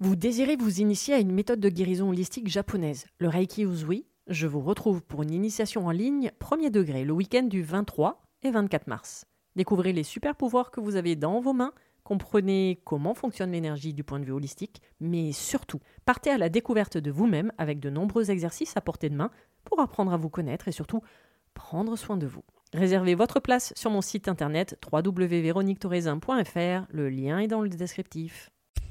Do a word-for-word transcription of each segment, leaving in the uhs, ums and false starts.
Vous désirez vous initier à une méthode de guérison holistique japonaise, le Reiki Usui? Je vous retrouve pour une initiation en ligne premier degré le week-end du vingt-trois et vingt-quatre mars. Découvrez les super pouvoirs que vous avez dans vos mains, comprenez comment fonctionne l'énergie du point de vue holistique, mais surtout, partez à la découverte de vous-même avec de nombreux exercices à portée de main pour apprendre à vous connaître et surtout prendre soin de vous. Réservez votre place sur mon site internet w w w point véronique thorezin point f r, le lien est dans le descriptif.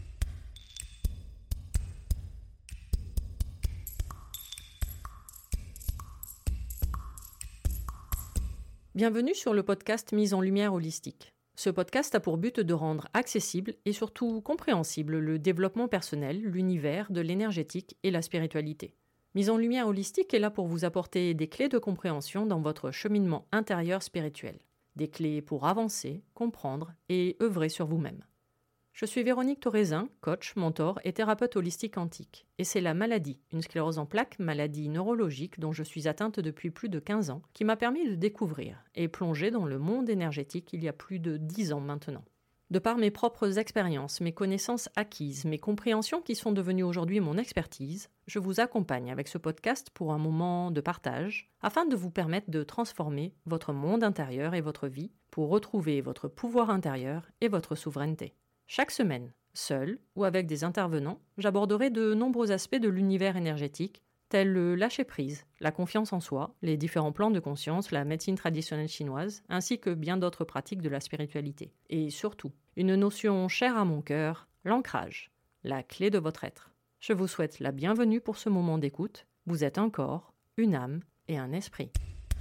Bienvenue sur le podcast Mise en lumière holistique. Ce podcast a pour but de rendre accessible et surtout compréhensible le développement personnel, l'univers de l'énergétique et la spiritualité. Mise en lumière holistique est là pour vous apporter des clés de compréhension dans votre cheminement intérieur spirituel. Des clés pour avancer, comprendre et œuvrer sur vous-même. Je suis Véronique Thorezin, coach, mentor et thérapeute holistique quantique. Et c'est la maladie, une sclérose en plaques, maladie neurologique dont je suis atteinte depuis plus de quinze ans, qui m'a permis de découvrir et plonger dans le monde énergétique il y a plus de dix ans maintenant. De par mes propres expériences, mes connaissances acquises, mes compréhensions qui sont devenues aujourd'hui mon expertise, je vous accompagne avec ce podcast pour un moment de partage, afin de vous permettre de transformer votre monde intérieur et votre vie pour retrouver votre pouvoir intérieur et votre souveraineté. Chaque semaine, seul ou avec des intervenants, j'aborderai de nombreux aspects de l'univers énergétique, tels le lâcher-prise, la confiance en soi, les différents plans de conscience, la médecine traditionnelle chinoise, ainsi que bien d'autres pratiques de la spiritualité. Et surtout, une notion chère à mon cœur, l'ancrage, la clé de votre être. Je vous souhaite la bienvenue pour ce moment d'écoute. Vous êtes un corps, une âme et un esprit.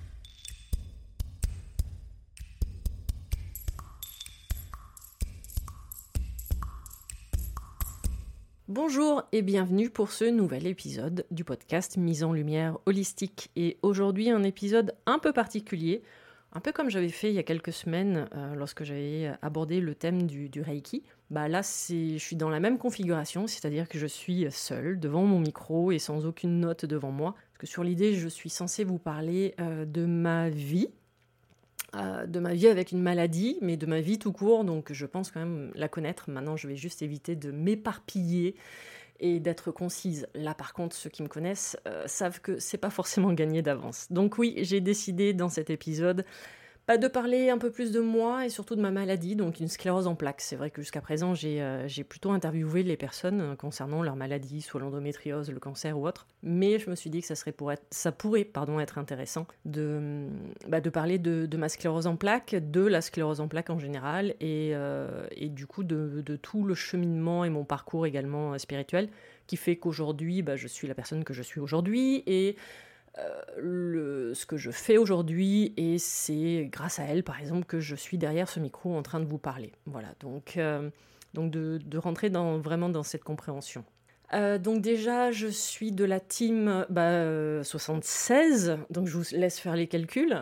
Bonjour et bienvenue pour ce nouvel épisode du podcast Mise en lumière holistique. Et aujourd'hui un épisode un peu particulier, un peu comme j'avais fait il y a quelques semaines euh, lorsque j'avais abordé le thème du, du Reiki. Bah là c'est, je suis dans la même configuration, c'est-à-dire que je suis seule devant mon micro et sans aucune note devant moi. Parce que sur l'idée je suis censée vous parler euh, de ma vie. Euh, de ma vie avec une maladie, mais de ma vie tout court, donc je pense quand même la connaître. Maintenant, je vais juste éviter de m'éparpiller et d'être concise. Là, par contre, ceux qui me connaissent euh, savent que c'est pas forcément gagné d'avance. Donc oui, j'ai décidé dans cet épisode pas de parler un peu plus de moi et surtout de ma maladie, donc une sclérose en plaques. C'est vrai que jusqu'à présent, j'ai, euh, j'ai plutôt interviewé les personnes euh, concernant leur maladie, soit l'endométriose, le cancer ou autre. Mais je me suis dit que ça, serait pour être, ça pourrait pardon, être intéressant de, bah, de parler de, de ma sclérose en plaques, de la sclérose en plaques en général, et, euh, et du coup de, de tout le cheminement et mon parcours également euh, spirituel, qui fait qu'aujourd'hui, bah, je suis la personne que je suis aujourd'hui, et Euh, le, ce que je fais aujourd'hui, et c'est grâce à elle par exemple que je suis derrière ce micro en train de vous parler. Voilà, donc, euh, donc de, de rentrer dans, vraiment dans cette compréhension. Euh, donc déjà je suis de la team bah, euh, soixante-seize, donc je vous laisse faire les calculs.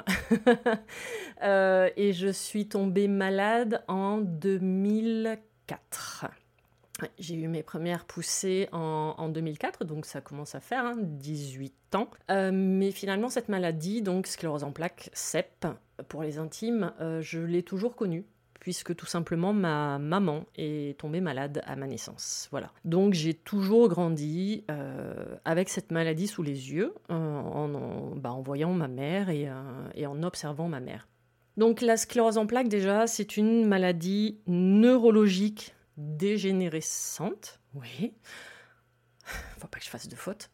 euh, et je suis tombée malade en deux mille quatre. Ouais, j'ai eu mes premières poussées en, en deux mille quatre, donc ça commence à faire hein, dix-huit ans. Euh, mais finalement, cette maladie, donc sclérose en plaques, C E P, pour les intimes, euh, je l'ai toujours connue, puisque tout simplement ma maman est tombée malade à ma naissance. Voilà. Donc j'ai toujours grandi euh, avec cette maladie sous les yeux, euh, en, en, bah, en voyant ma mère et, euh, et en observant ma mère. Donc la sclérose en plaques, déjà, c'est une maladie neurologique dégénérescente, oui, faut pas que je fasse de faute.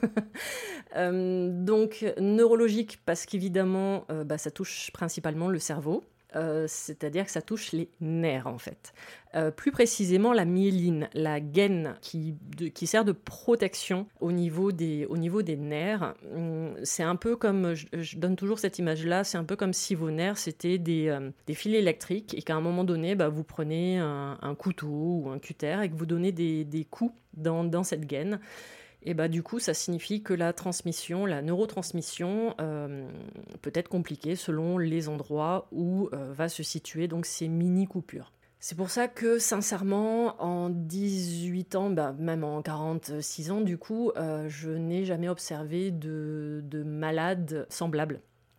euh, donc neurologique parce qu'évidemment euh, bah, ça touche principalement le cerveau, euh, c'est-à-dire que ça touche les nerfs en fait. Euh, plus précisément la myéline, la gaine qui, de, qui sert de protection au niveau des, au niveau des nerfs. C'est un peu comme, je, je donne toujours cette image-là, c'est un peu comme si vos nerfs c'était des, euh, des fils électriques et qu'à un moment donné, bah, vous prenez un, un couteau ou un cutter et que vous donnez des, des coups dans, dans cette gaine. Et bah, du coup, ça signifie que la transmission, la neurotransmission euh, peut être compliquée selon les endroits où euh, va se situer donc ces mini-coupures. C'est pour ça que, sincèrement, en dix-huit ans, bah, même en quarante-six ans, du coup, euh, je n'ai jamais observé de, de malade semblable.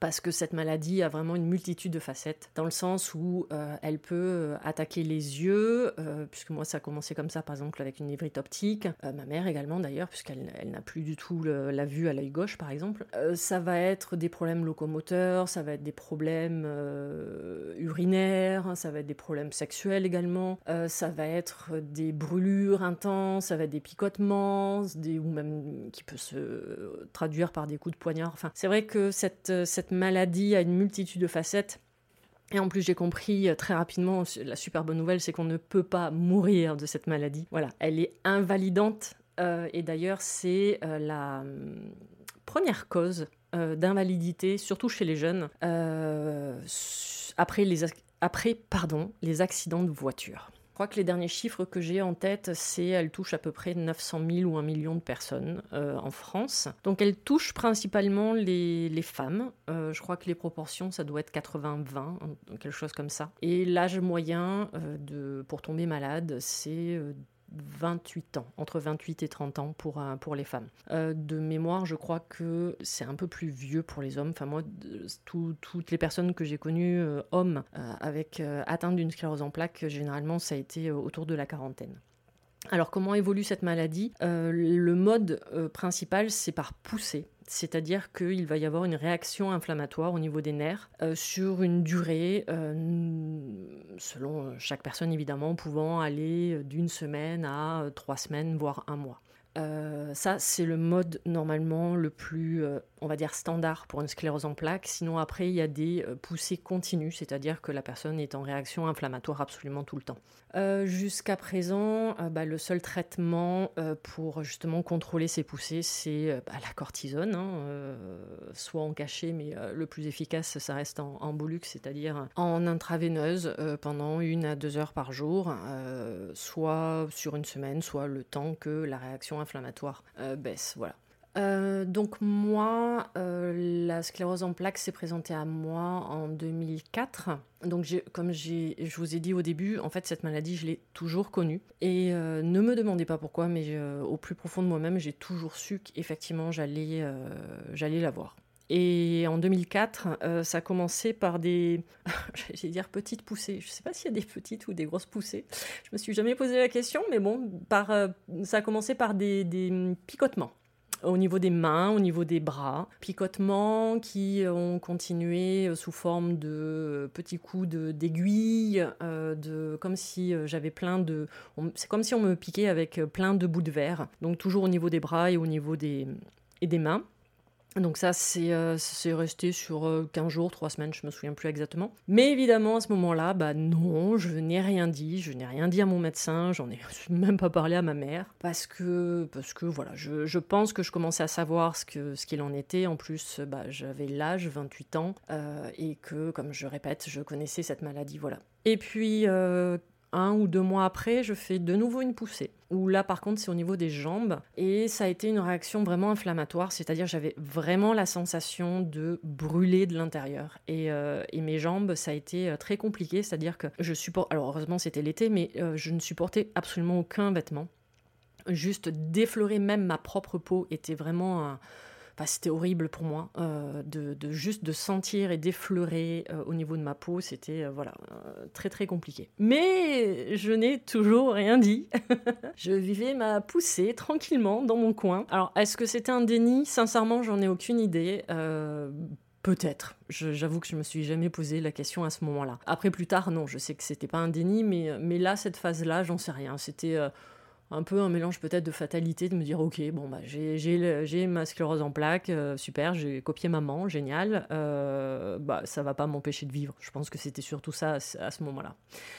parce que cette maladie a vraiment une multitude de facettes, dans le sens où euh, elle peut attaquer les yeux, euh, puisque moi ça a commencé comme ça par exemple avec une névrite optique, euh, ma mère également d'ailleurs, puisqu'elle elle n'a plus du tout le, la vue à l'œil gauche par exemple. Euh, ça va être des problèmes locomoteurs, ça va être des problèmes euh, urinaires, ça va être des problèmes sexuels également, euh, ça va être des brûlures intenses, ça va être des picotements, des, ou même qui peut se traduire par des coups de poignard. Enfin, c'est vrai que cette, cette maladie a une multitude de facettes. Et en plus, j'ai compris très rapidement, la super bonne nouvelle, c'est qu'on ne peut pas mourir de cette maladie. Voilà, elle est invalidante. Euh, et d'ailleurs, c'est euh, la euh, première cause euh, d'invalidité, surtout chez les jeunes, euh, après, les, après pardon, les accidents de voiture. Je crois que les derniers chiffres que j'ai en tête, c'est elle touche à peu près neuf cent mille ou un million de personnes euh, en France. Donc elle touche principalement les, les femmes. Euh, je crois que les proportions, ça doit être quatre-vingts vingt, quelque chose comme ça. Et l'âge moyen euh, de, pour tomber malade, c'est euh, vingt-huit ans, entre vingt-huit et trente ans pour, euh, pour les femmes. Euh, de mémoire, je crois que c'est un peu plus vieux pour les hommes. Enfin, moi, tout, toutes les personnes que j'ai connues, euh, hommes, euh, avec euh, atteinte d'une sclérose en plaques, généralement, ça a été euh, autour de la quarantaine. Alors, comment évolue cette maladie ? euh, Le mode euh, principal, c'est par poussée. C'est-à-dire qu'il va y avoir une réaction inflammatoire au niveau des nerfs euh, sur une durée, euh, selon chaque personne évidemment, pouvant aller d'une semaine à trois semaines, voire un mois. Euh, ça, c'est le mode normalement le plus, euh, on va dire, standard pour une sclérose en plaques. Sinon, après, il y a des euh, poussées continues, c'est-à-dire que la personne est en réaction inflammatoire absolument tout le temps. Euh, jusqu'à présent, euh, bah, le seul traitement euh, pour justement contrôler ces poussées, c'est euh, bah, la cortisone, hein, euh, soit en cachet, mais euh, le plus efficace, ça reste en, en bolux, c'est-à-dire en intraveineuse euh, pendant une à deux heures par jour, euh, soit sur une semaine, soit le temps que la réaction inflammatoire euh, baisse, voilà. Euh, donc moi, euh, la sclérose en plaques s'est présentée à moi en deux mille quatre. Donc j'ai, comme j'ai, je vous ai dit au début, en fait cette maladie je l'ai toujours connue. Et euh, ne me demandez pas pourquoi, mais euh, au plus profond de moi-même, j'ai toujours su qu'effectivement j'allais, euh, j'allais l'avoir. Et en deux mille quatre, euh, ça a commencé par des, j'allais dire petites poussées. Je ne sais pas s'il y a des petites ou des grosses poussées. Je me suis jamais posé la question, mais bon, par, euh, ça a commencé par des, des picotements. Au niveau des mains, au niveau des bras, picotements qui ont continué sous forme de petits coups de, d'aiguille, euh, de, comme si j'avais plein de... On, c'est comme si on me piquait avec plein de bouts de verre, donc toujours au niveau des bras et au niveau des, et des mains. Donc ça, c'est, euh, c'est resté sur euh, quinze jours, trois semaines, je me souviens plus exactement. Mais évidemment, à ce moment-là, bah non, je n'ai rien dit, je n'ai rien dit à mon médecin, j'en ai même pas parlé à ma mère, parce que, parce que voilà, je, je pense que je commençais à savoir ce, que, ce qu'il en était. En plus, bah, j'avais l'âge, vingt-huit ans, euh, et que, comme je répète, je connaissais cette maladie, voilà. Et puis... Euh, Un ou deux mois après, je fais de nouveau une poussée, où là par contre c'est au niveau des jambes, et ça a été une réaction vraiment inflammatoire, c'est-à-dire j'avais vraiment la sensation de brûler de l'intérieur, et, euh, et mes jambes, ça a été très compliqué, c'est-à-dire que je supporte, alors heureusement c'était l'été, mais euh, je ne supportais absolument aucun vêtement, juste déflorer même ma propre peau était vraiment un... Enfin, c'était horrible pour moi, euh, de, de juste de sentir et d'effleurer euh, au niveau de ma peau, c'était euh, voilà, euh, très très compliqué. Mais je n'ai toujours rien dit. Je vivais ma poussée tranquillement dans mon coin. Alors, est-ce que c'était un déni ? Sincèrement, j'en ai aucune idée. Euh, Peut-être. Je, j'avoue que je me suis jamais posé la question à ce moment-là. Après, plus tard, non, je sais que c'était pas un déni, mais, mais là, cette phase-là, j'en sais rien. C'était... Euh, un peu un mélange peut-être de fatalité, de me dire ok, bon bah j'ai, j'ai, j'ai ma sclérose en plaques, euh, super, j'ai copié maman, génial, euh, bah ça va pas m'empêcher de vivre. Je pense que c'était surtout ça à, à ce moment-là.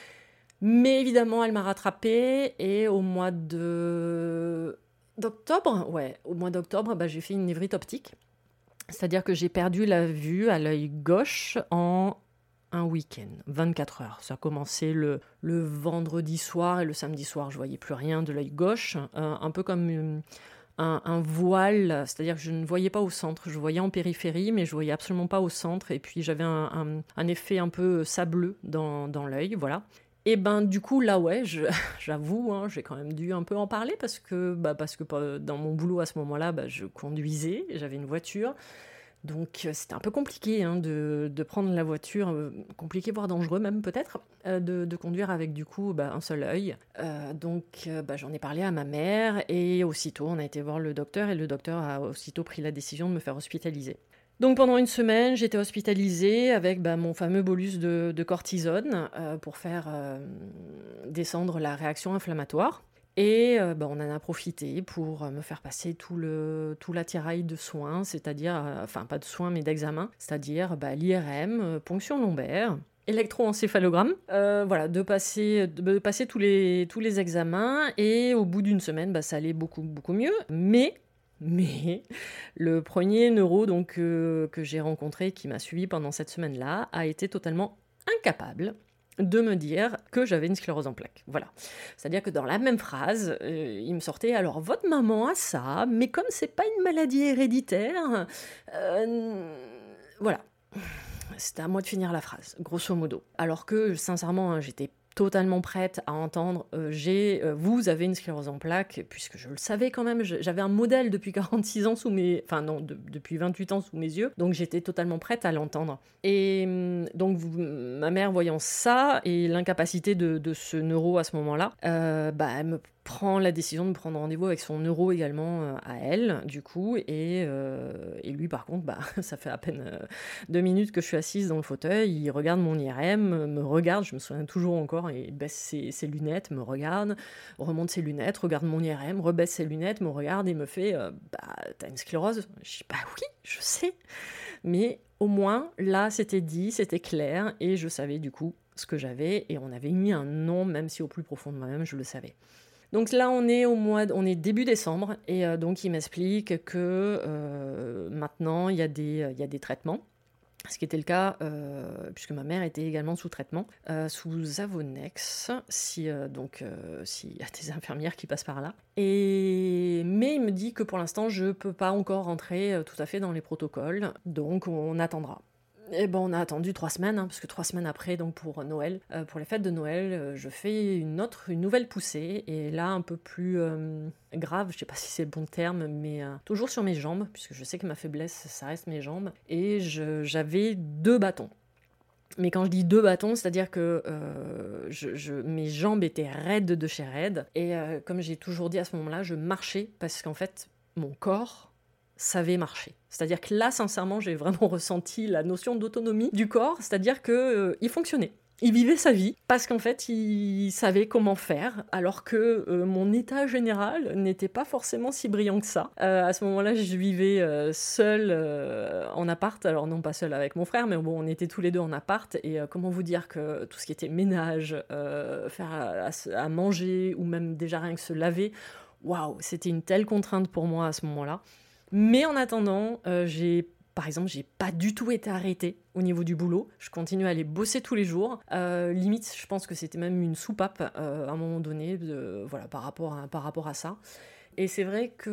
Mais évidemment, elle m'a rattrapée, et au mois de... d'octobre, ouais, au mois d'octobre, bah, j'ai fait une névrite optique. C'est-à-dire que j'ai perdu la vue à l'œil gauche en un week-end, vingt-quatre heures. Ça a commencé le, le vendredi soir, et le samedi soir, je voyais plus rien de l'œil gauche, euh, un peu comme une, un, un voile, c'est-à-dire que je ne voyais pas au centre, je voyais en périphérie, mais je voyais absolument pas au centre, et puis j'avais un, un, un effet un peu sableux dans, dans l'œil, voilà. Et ben du coup là ouais, je, j'avoue, hein, j'ai quand même dû un peu en parler, parce que, bah, parce que dans mon boulot à ce moment-là, bah, je conduisais, j'avais une voiture. Donc euh, c'était un peu compliqué hein, de, de prendre la voiture, euh, compliqué voire dangereux même peut-être, euh, de, de conduire avec du coup bah, un seul œil. Euh, donc euh, bah, j'en ai parlé à ma mère et aussitôt on a été voir le docteur et le docteur a aussitôt pris la décision de me faire hospitaliser. Donc pendant une semaine, j'étais hospitalisée avec bah, mon fameux bolus de, de cortisone euh, pour faire euh, descendre la réaction inflammatoire. Et euh, bah, on en a profité pour me faire passer tout, le, tout l'attirail de soins, c'est-à-dire, euh, enfin pas de soins mais d'examens, c'est-à-dire bah, l'I R M, euh, ponction lombaire, électroencéphalogramme, euh, voilà, de passer, de passer tous, les, tous les examens et au bout d'une semaine, bah, ça allait beaucoup, beaucoup mieux, mais... Mais le premier neuro donc, euh, que j'ai rencontré, qui m'a suivi pendant cette semaine-là, a été totalement incapable de me dire que j'avais une sclérose en plaques. Voilà. C'est-à-dire que dans la même phrase, euh, il me sortait « Alors, votre maman a ça, mais comme c'est pas une maladie héréditaire... Euh, » Voilà. C'était à moi de finir la phrase, grosso modo. Alors que, sincèrement, hein, j'étais totalement prête à entendre euh, j'ai, euh, vous avez une sclérose en plaques, puisque je le savais quand même, je, j'avais un modèle depuis quarante-six ans sous mes... Enfin non, de, depuis vingt-huit ans sous mes yeux, donc j'étais totalement prête à l'entendre. Et donc vous, ma mère voyant ça, et l'incapacité de, de ce neuro à ce moment-là, euh, bah, elle me prend la décision de prendre rendez-vous avec son neuro également euh, à elle, du coup, et, euh, et lui par contre, bah, ça fait à peine euh, deux minutes que je suis assise dans le fauteuil, il regarde mon I R M, me regarde, je me souviens toujours encore, et baisse ses, ses lunettes, me regarde, remonte ses lunettes, regarde mon I R M, rebaisse ses lunettes, me regarde et me fait euh, « Bah, t'as une sclérose ?» Je dis « Bah oui, je sais !» Mais au moins, là, c'était dit, c'était clair, et je savais du coup ce que j'avais, et on avait mis un nom, même si au plus profond de moi-même, je le savais. Donc là, on est au mois, de, on est début décembre, et euh, donc il m'explique que euh, maintenant, il y a des, il y a des traitements, ce qui était le cas, euh, puisque ma mère était également sous traitement, euh, sous Avonex, si, euh, donc euh, s'il y a des infirmières qui passent par là. Et... Mais il me dit que pour l'instant, je ne peux pas encore rentrer euh, tout à fait dans les protocoles, donc on attendra. Et ben on a attendu trois semaines, hein, parce que trois semaines après, donc pour Noël, euh, pour les fêtes de Noël, euh, je fais une autre, une nouvelle poussée, et là un peu plus euh, grave, je sais pas si c'est le bon terme, mais euh, toujours sur mes jambes, puisque je sais que ma faiblesse, ça reste mes jambes, et je, j'avais deux bâtons. Mais quand je dis deux bâtons, c'est-à-dire que euh, je, je, mes jambes étaient raides de chez raide, et euh, comme j'ai toujours dit à ce moment-là, je marchais, parce qu'en fait, mon corps savait marcher. C'est-à-dire que là, sincèrement, j'ai vraiment ressenti la notion d'autonomie du corps, c'est-à-dire qu'il euh, fonctionnait. Il vivait sa vie, parce qu'en fait, il savait comment faire, alors que euh, mon état général n'était pas forcément si brillant que ça. Euh, à ce moment-là, je vivais euh, seule euh, en appart, alors non pas seule avec mon frère, mais bon, on était tous les deux en appart, et euh, comment vous dire que tout ce qui était ménage, euh, faire à, à, à manger, ou même déjà rien que se laver, waouh, c'était une telle contrainte pour moi à ce moment-là. Mais en attendant, euh, j'ai, par exemple, j'ai pas du tout été arrêtée au niveau du boulot. Je continue à aller bosser tous les jours. Euh, limite, je pense que c'était même une soupape euh, à un moment donné, de, voilà, par rapport à, par rapport à ça. Et c'est vrai que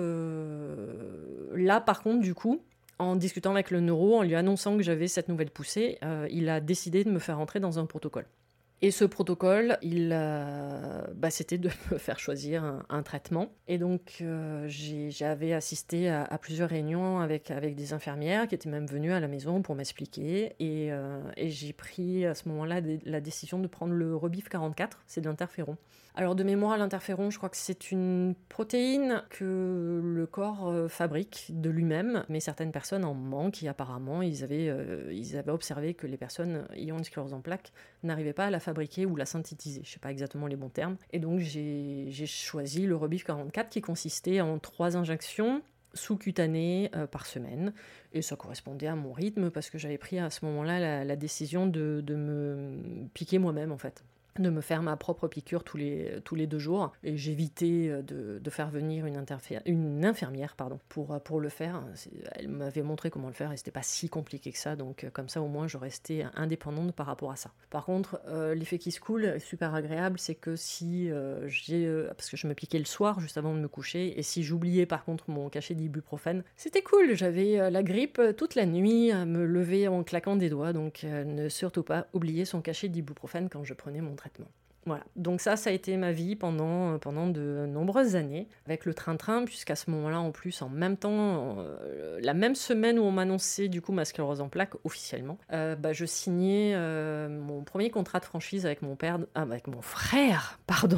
euh, là, par contre, du coup, en discutant avec le neuro, en lui annonçant que j'avais cette nouvelle poussée, euh, il a décidé de me faire entrer dans un protocole. Et ce protocole, il, euh, bah, c'était de me faire choisir un, un traitement. Et donc, euh, j'ai, j'avais assisté à, à plusieurs réunions avec, avec des infirmières qui étaient même venues à la maison pour m'expliquer. Et, euh, et j'ai pris à ce moment-là la décision de prendre le Rebif quarante-quatre, c'est de l'interféron. Alors de mémoire, l'interféron, je crois que c'est une protéine que le corps euh, fabrique de lui-même, mais certaines personnes en manquent, et apparemment ils avaient, euh, ils avaient observé que les personnes ayant une sclérose en plaques n'arrivaient pas à la fabriquer ou la synthétiser, je ne sais pas exactement les bons termes. Et donc j'ai, j'ai choisi le Rebif quarante-quatre qui consistait en trois injections sous-cutanées euh, par semaine, et ça correspondait à mon rythme parce que j'avais pris à ce moment-là la, la décision de, de me piquer moi-même en fait, de me faire ma propre piqûre tous les, tous les deux jours, et j'évitais de, de faire venir une, interfé- une infirmière pardon, pour, pour le faire. Elle m'avait montré comment le faire et c'était pas si compliqué que ça, donc comme ça au moins je restais indépendante par rapport à ça. Par contre, euh, l'effet qui se coule, super agréable, c'est que si euh, j'ai... Euh, parce que je me piquais le soir juste avant de me coucher, et si j'oubliais par contre mon cachet d'ibuprofène, c'était cool, j'avais euh, la grippe toute la nuit à me lever en claquant des doigts, donc euh, ne surtout pas oublier son cachet d'ibuprofène quand je prenais mon traitement. Voilà, donc ça, ça a été ma vie pendant, pendant de nombreuses années, avec le train-train, puisqu'à ce moment-là, en plus, en même temps, euh, la même semaine où on m'annonçait du coup ma sclérose en plaques officiellement, euh, bah, je signais euh, mon premier contrat de franchise avec mon père, ah, avec mon frère, pardon,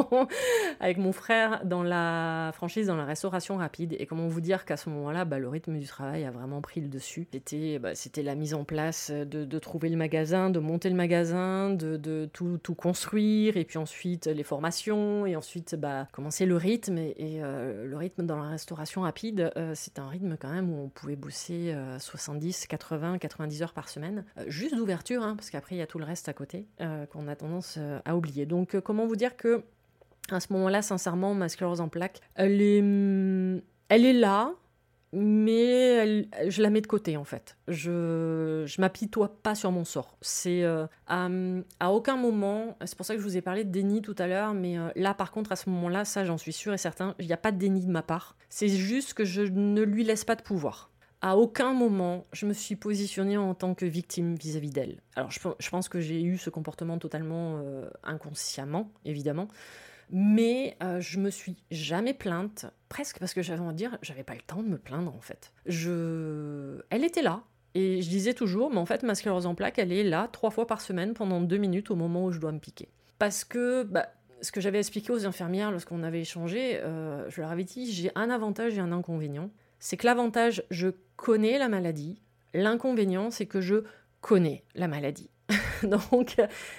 avec mon frère dans la franchise dans la restauration rapide. Et comment vous dire qu'à ce moment-là, bah, le rythme du travail a vraiment pris le dessus. C'était, bah, c'était la mise en place de, de trouver le magasin, de monter le magasin, de, de tout, tout construire. Et puis ensuite les formations, et ensuite bah, commencer le rythme. Et, et euh, le rythme dans la restauration rapide, euh, c'est un rythme quand même où on pouvait bosser euh, soixante-dix, quatre-vingts, quatre-vingt-dix heures par semaine, euh, juste d'ouverture, hein, parce qu'après il y a tout le reste à côté euh, qu'on a tendance euh, à oublier. Donc euh, comment vous dire que à ce moment-là, sincèrement, ma sclérose en plaques, elle est, elle est là, mais elle, je la mets de côté en fait. Je je m'apitoie pas sur mon sort. C'est euh, à, à aucun moment, c'est pour ça que je vous ai parlé de déni tout à l'heure, mais euh, là par contre à ce moment-là, ça j'en suis sûre et certain, il n'y a pas de déni de ma part. C'est juste que je ne lui laisse pas de pouvoir. À aucun moment, je me suis positionnée en tant que victime vis-à-vis d'elle. Alors je, je pense que j'ai eu ce comportement totalement euh, inconsciemment, évidemment. Mais euh, je me suis jamais plainte, presque parce que j'avais envie de dire, j'avais pas le temps de me plaindre en fait. Je... Elle était là, et je disais toujours, mais en fait ma sclérose en plaques, elle est là trois fois par semaine pendant deux minutes au moment où je dois me piquer. Parce que, bah, ce que j'avais expliqué aux infirmières lorsqu'on avait échangé, euh, je leur avais dit, j'ai un avantage et un inconvénient. C'est que l'avantage, je connais la maladie. L'inconvénient, c'est que je connais la maladie. Donc,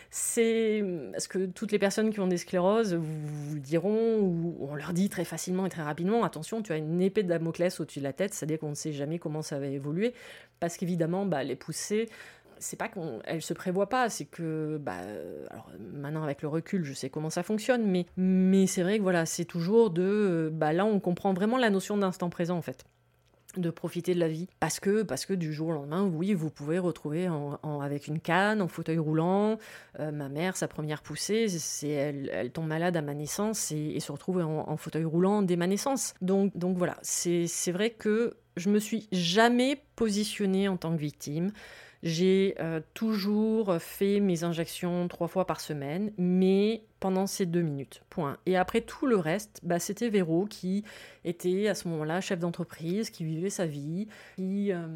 c'est parce que toutes les personnes qui ont des scléroses vous, vous le diront, ou on leur dit très facilement et très rapidement, attention, tu as une épée de Damoclès au-dessus de la tête, c'est-à-dire qu'on ne sait jamais comment ça va évoluer, parce qu'évidemment, bah, les poussées, c'est pas qu'elles se prévoient pas, c'est que, bah, alors maintenant avec le recul, je sais comment ça fonctionne, mais, mais c'est vrai que voilà, c'est toujours de, bah là, on comprend vraiment la notion d'instant présent en fait. De profiter de la vie. Parce que, parce que du jour au lendemain, oui, vous pouvez retrouver en, en, avec une canne, en fauteuil roulant. Euh, ma mère, sa première poussée, c'est, elle, elle tombe malade à ma naissance et, et se retrouve en, en fauteuil roulant dès ma naissance. Donc, donc voilà, c'est, c'est vrai que je me suis jamais positionnée en tant que victime. J'ai euh, toujours fait mes injections trois fois par semaine, mais pendant ces deux minutes, point. Et après tout le reste, bah, c'était Véro qui était à ce moment-là chef d'entreprise, qui vivait sa vie, qui, euh,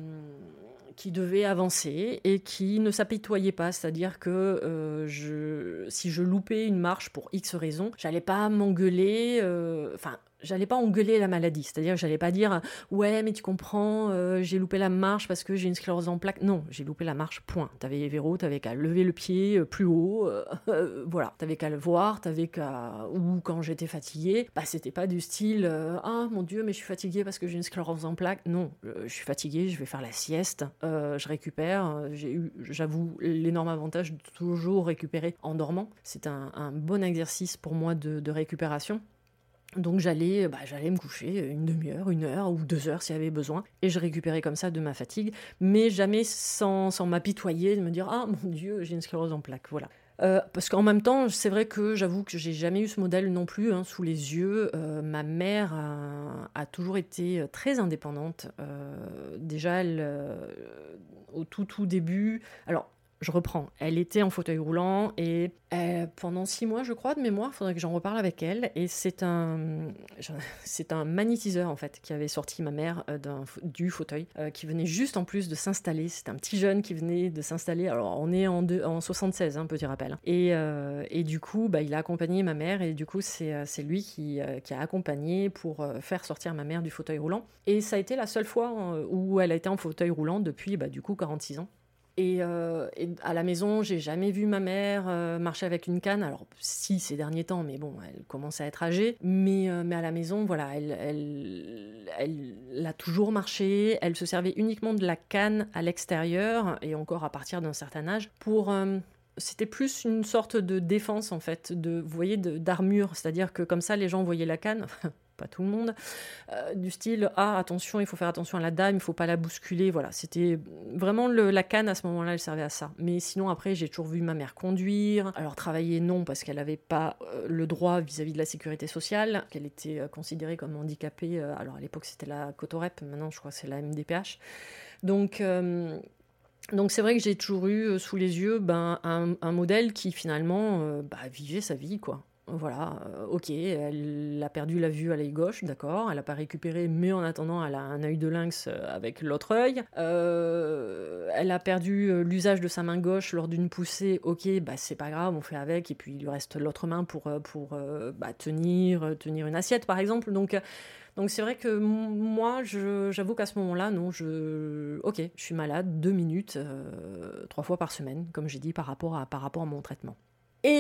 qui devait avancer et qui ne s'apitoyait pas. C'est-à-dire que euh, je, si je loupais une marche pour X raisons, j'allais pas m'engueuler, enfin... Euh, j'allais pas engueuler la maladie, c'est-à-dire que j'allais pas dire « Ouais, mais tu comprends, euh, j'ai loupé la marche parce que j'ai une sclérose en plaques. » Non, j'ai loupé la marche, point. T'avais Véro, t'avais qu'à lever le pied euh, plus haut, euh, euh, voilà. T'avais qu'à le voir, t'avais qu'à... Ou quand j'étais fatiguée, bah c'était pas du style euh, « Ah, mon Dieu, mais je suis fatiguée parce que j'ai une sclérose en plaques. » Non, euh, je suis fatiguée, je vais faire la sieste, euh, je récupère. J'ai eu, j'avoue, l'énorme avantage de toujours récupérer en dormant. C'est un, un bon exercice pour moi de, de récupération. Donc j'allais, bah, j'allais me coucher une demi-heure, une heure ou deux heures s'il y avait besoin, et je récupérais comme ça de ma fatigue, mais jamais sans, sans m'apitoyer, de me dire « Ah mon Dieu, j'ai une sclérose en plaques », voilà. Euh, parce qu'en même temps, c'est vrai que j'avoue que j'ai jamais eu ce modèle non plus hein, sous les yeux. Euh, ma mère a, a toujours été très indépendante. Euh, déjà, elle, euh, au tout tout début, alors je reprends, elle était en fauteuil roulant et euh, pendant six mois, je crois, de mémoire, il faudrait que j'en reparle avec elle. Et c'est un, c'est un magnétiseur, en fait, qui avait sorti ma mère euh, d'un, du fauteuil, euh, qui venait juste en plus de s'installer. C'est un petit jeune qui venait de s'installer. Alors, on est en, deux, en soixante-seize, hein, petit rappel. Et, euh, et du coup, bah, il a accompagné ma mère et du coup, c'est, c'est lui qui, euh, qui a accompagné pour euh, faire sortir ma mère du fauteuil roulant. Et ça a été la seule fois euh, où elle a été en fauteuil roulant depuis, bah, du coup, quarante-six ans. Et, euh, et à la maison, j'ai jamais vu ma mère euh, marcher avec une canne. Alors, si, ces derniers temps, mais bon, elle commence à être âgée. Mais, euh, mais à la maison, voilà, elle, elle, elle, elle a toujours marché. Elle se servait uniquement de la canne à l'extérieur, et encore à partir d'un certain âge, pour... Euh, c'était plus une sorte de défense, en fait, de, vous voyez, de, d'armure. C'est-à-dire que comme ça, les gens voyaient la canne... pas tout le monde, euh, du style « Ah, attention, il faut faire attention à la dame, il ne faut pas la bousculer », voilà. C'était vraiment le, la canne, à ce moment-là, elle servait à ça. Mais sinon, après, j'ai toujours vu ma mère conduire. Alors, travailler, non, parce qu'elle n'avait pas euh, le droit vis-à-vis de la sécurité sociale, qu'elle était euh, considérée comme handicapée. Euh, alors, à l'époque, c'était la Cotorep, maintenant, je crois que c'est la M D P H. Donc... Euh, Donc c'est vrai que j'ai toujours eu euh, sous les yeux ben, un, un modèle qui finalement euh, bah, vivait sa vie, quoi. Voilà, euh, ok, elle a perdu la vue à l'œil gauche, d'accord, elle n'a pas récupéré, mais en attendant, elle a un œil de lynx euh, avec l'autre œil. Euh, elle a perdu euh, l'usage de sa main gauche lors d'une poussée, ok, bah c'est pas grave, on fait avec, et puis il lui reste l'autre main pour, euh, pour euh, bah, tenir, tenir une assiette, par exemple. Donc, euh, donc c'est vrai que m- moi, je- j'avoue qu'à ce moment-là, non, je, ok, je suis malade deux minutes, euh, trois fois par semaine, comme j'ai dit, par rapport à, par rapport à mon traitement. Et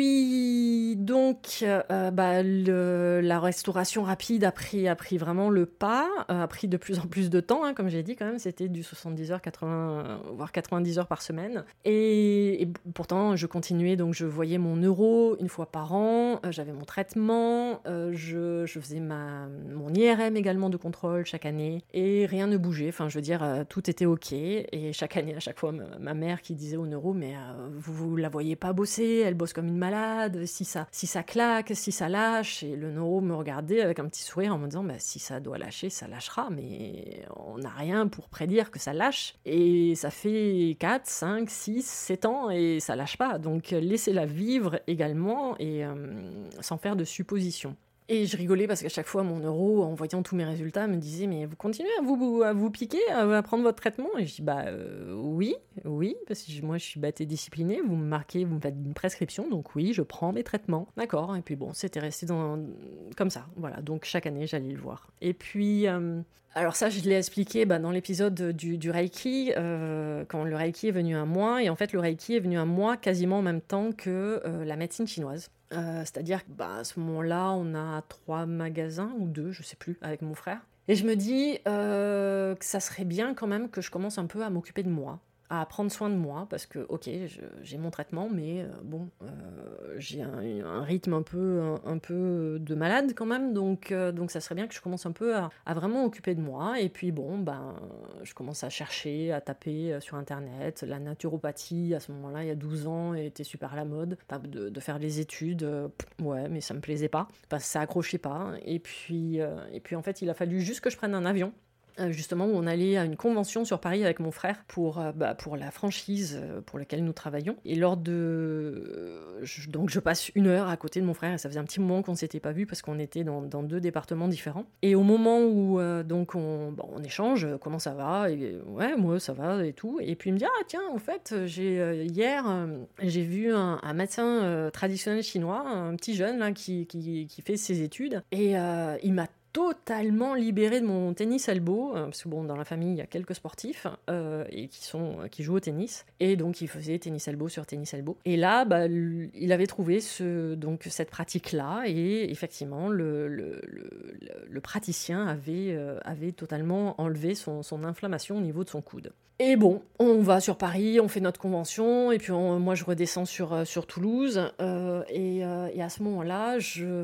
puis, donc, euh, bah, le- la restauration rapide a pris, a pris vraiment le pas, euh, a pris de plus en plus de temps, hein, comme j'ai dit quand même, c'était du soixante-dix heures, quatre-vingts, euh, voire quatre-vingt-dix heures par semaine. Et, et pourtant, je continuais, donc je voyais mon neuro une fois par an, euh, j'avais mon traitement, euh, je, je faisais ma, mon I R M également de contrôle chaque année, et rien ne bougeait, enfin je veux dire, euh, tout était ok, et chaque année, à chaque fois, ma, ma mère qui disait au neuro, mais euh, vous, vous la voyez pas bosser, elle bosse comme une malade, si ça, si ça claque, si ça lâche, et le neuro me regardait avec un petit sourire en me disant, bah, si ça doit lâcher, ça lâchera, mais on n'a rien pour prédire que ça lâche, et ça fait quatre, cinq, six, sept ans, et ça lâche pas, donc laissez-la vivre également, et euh, sans faire de suppositions. Et je rigolais parce qu'à chaque fois, mon neuro, en voyant tous mes résultats, me disait « Mais vous continuez à vous, à vous piquer, à, à prendre votre traitement ?» Et je dis « Bah euh, oui, oui, parce que moi je suis bête et disciplinée, vous me marquez, vous me faites une prescription, donc oui, je prends mes traitements. » D'accord, et puis bon, c'était resté dans, comme ça, voilà, donc chaque année, j'allais le voir. Et puis... Euh, alors ça, je l'ai expliqué bah, dans l'épisode du, du Reiki, euh, quand le Reiki est venu à moi, et en fait le Reiki est venu à moi quasiment en même temps que euh, la médecine chinoise. Euh, c'est-à-dire que bah, à ce moment-là, on a trois magasins, ou deux, je sais plus, avec mon frère. Et je me dis euh, que ça serait bien quand même que je commence un peu à m'occuper de moi, à prendre soin de moi, parce que, ok, je- j'ai mon traitement, mais euh, bon, euh, j'ai un, un rythme un peu, un, un peu de malade quand même, donc, euh, donc ça serait bien que je commence un peu à, à vraiment m'occuper de moi. Et puis bon, ben, je commence à chercher, à taper euh, sur Internet. La naturopathie, à ce moment-là, il y a douze ans, était super à la mode. Enfin, de, de faire les études, euh, pff, ouais, mais ça me plaisait pas, parce que ça accrochait pas. Et puis, euh, et puis en fait, il a fallu juste que je prenne un avion. Euh, justement, où on allait à une convention sur Paris avec mon frère pour, euh, bah, pour la franchise euh, pour laquelle nous travaillons. Et lors de... euh, je- donc je passe une heure à côté de mon frère, et ça faisait un petit moment qu'on ne s'était pas vu parce qu'on était dans, dans deux départements différents. Et au moment où euh, donc on, bon, on échange, euh, comment ça va, et ouais, moi ça va et tout. Et puis il me dit, ah tiens, en fait, j'ai, euh, hier, euh, j'ai vu un, un médecin euh, traditionnel chinois, un petit jeune là, qui, qui, qui fait ses études, et euh, il m'a totalement libérée de mon tennis elbow, euh, parce que bon, dans la famille, il y a quelques sportifs euh, et qui, sont, euh, qui jouent au tennis, et donc il faisait tennis elbow sur tennis elbow. Et là, bah, l- il avait trouvé ce, donc, cette pratique-là, et effectivement, le, le, le, le- le praticien avait, euh, avait totalement enlevé son, son inflammation au niveau de son coude. Et bon, on va sur Paris, on fait notre convention, et puis on- moi je redescends sur, euh, sur Toulouse, euh, et, euh, et à ce moment-là,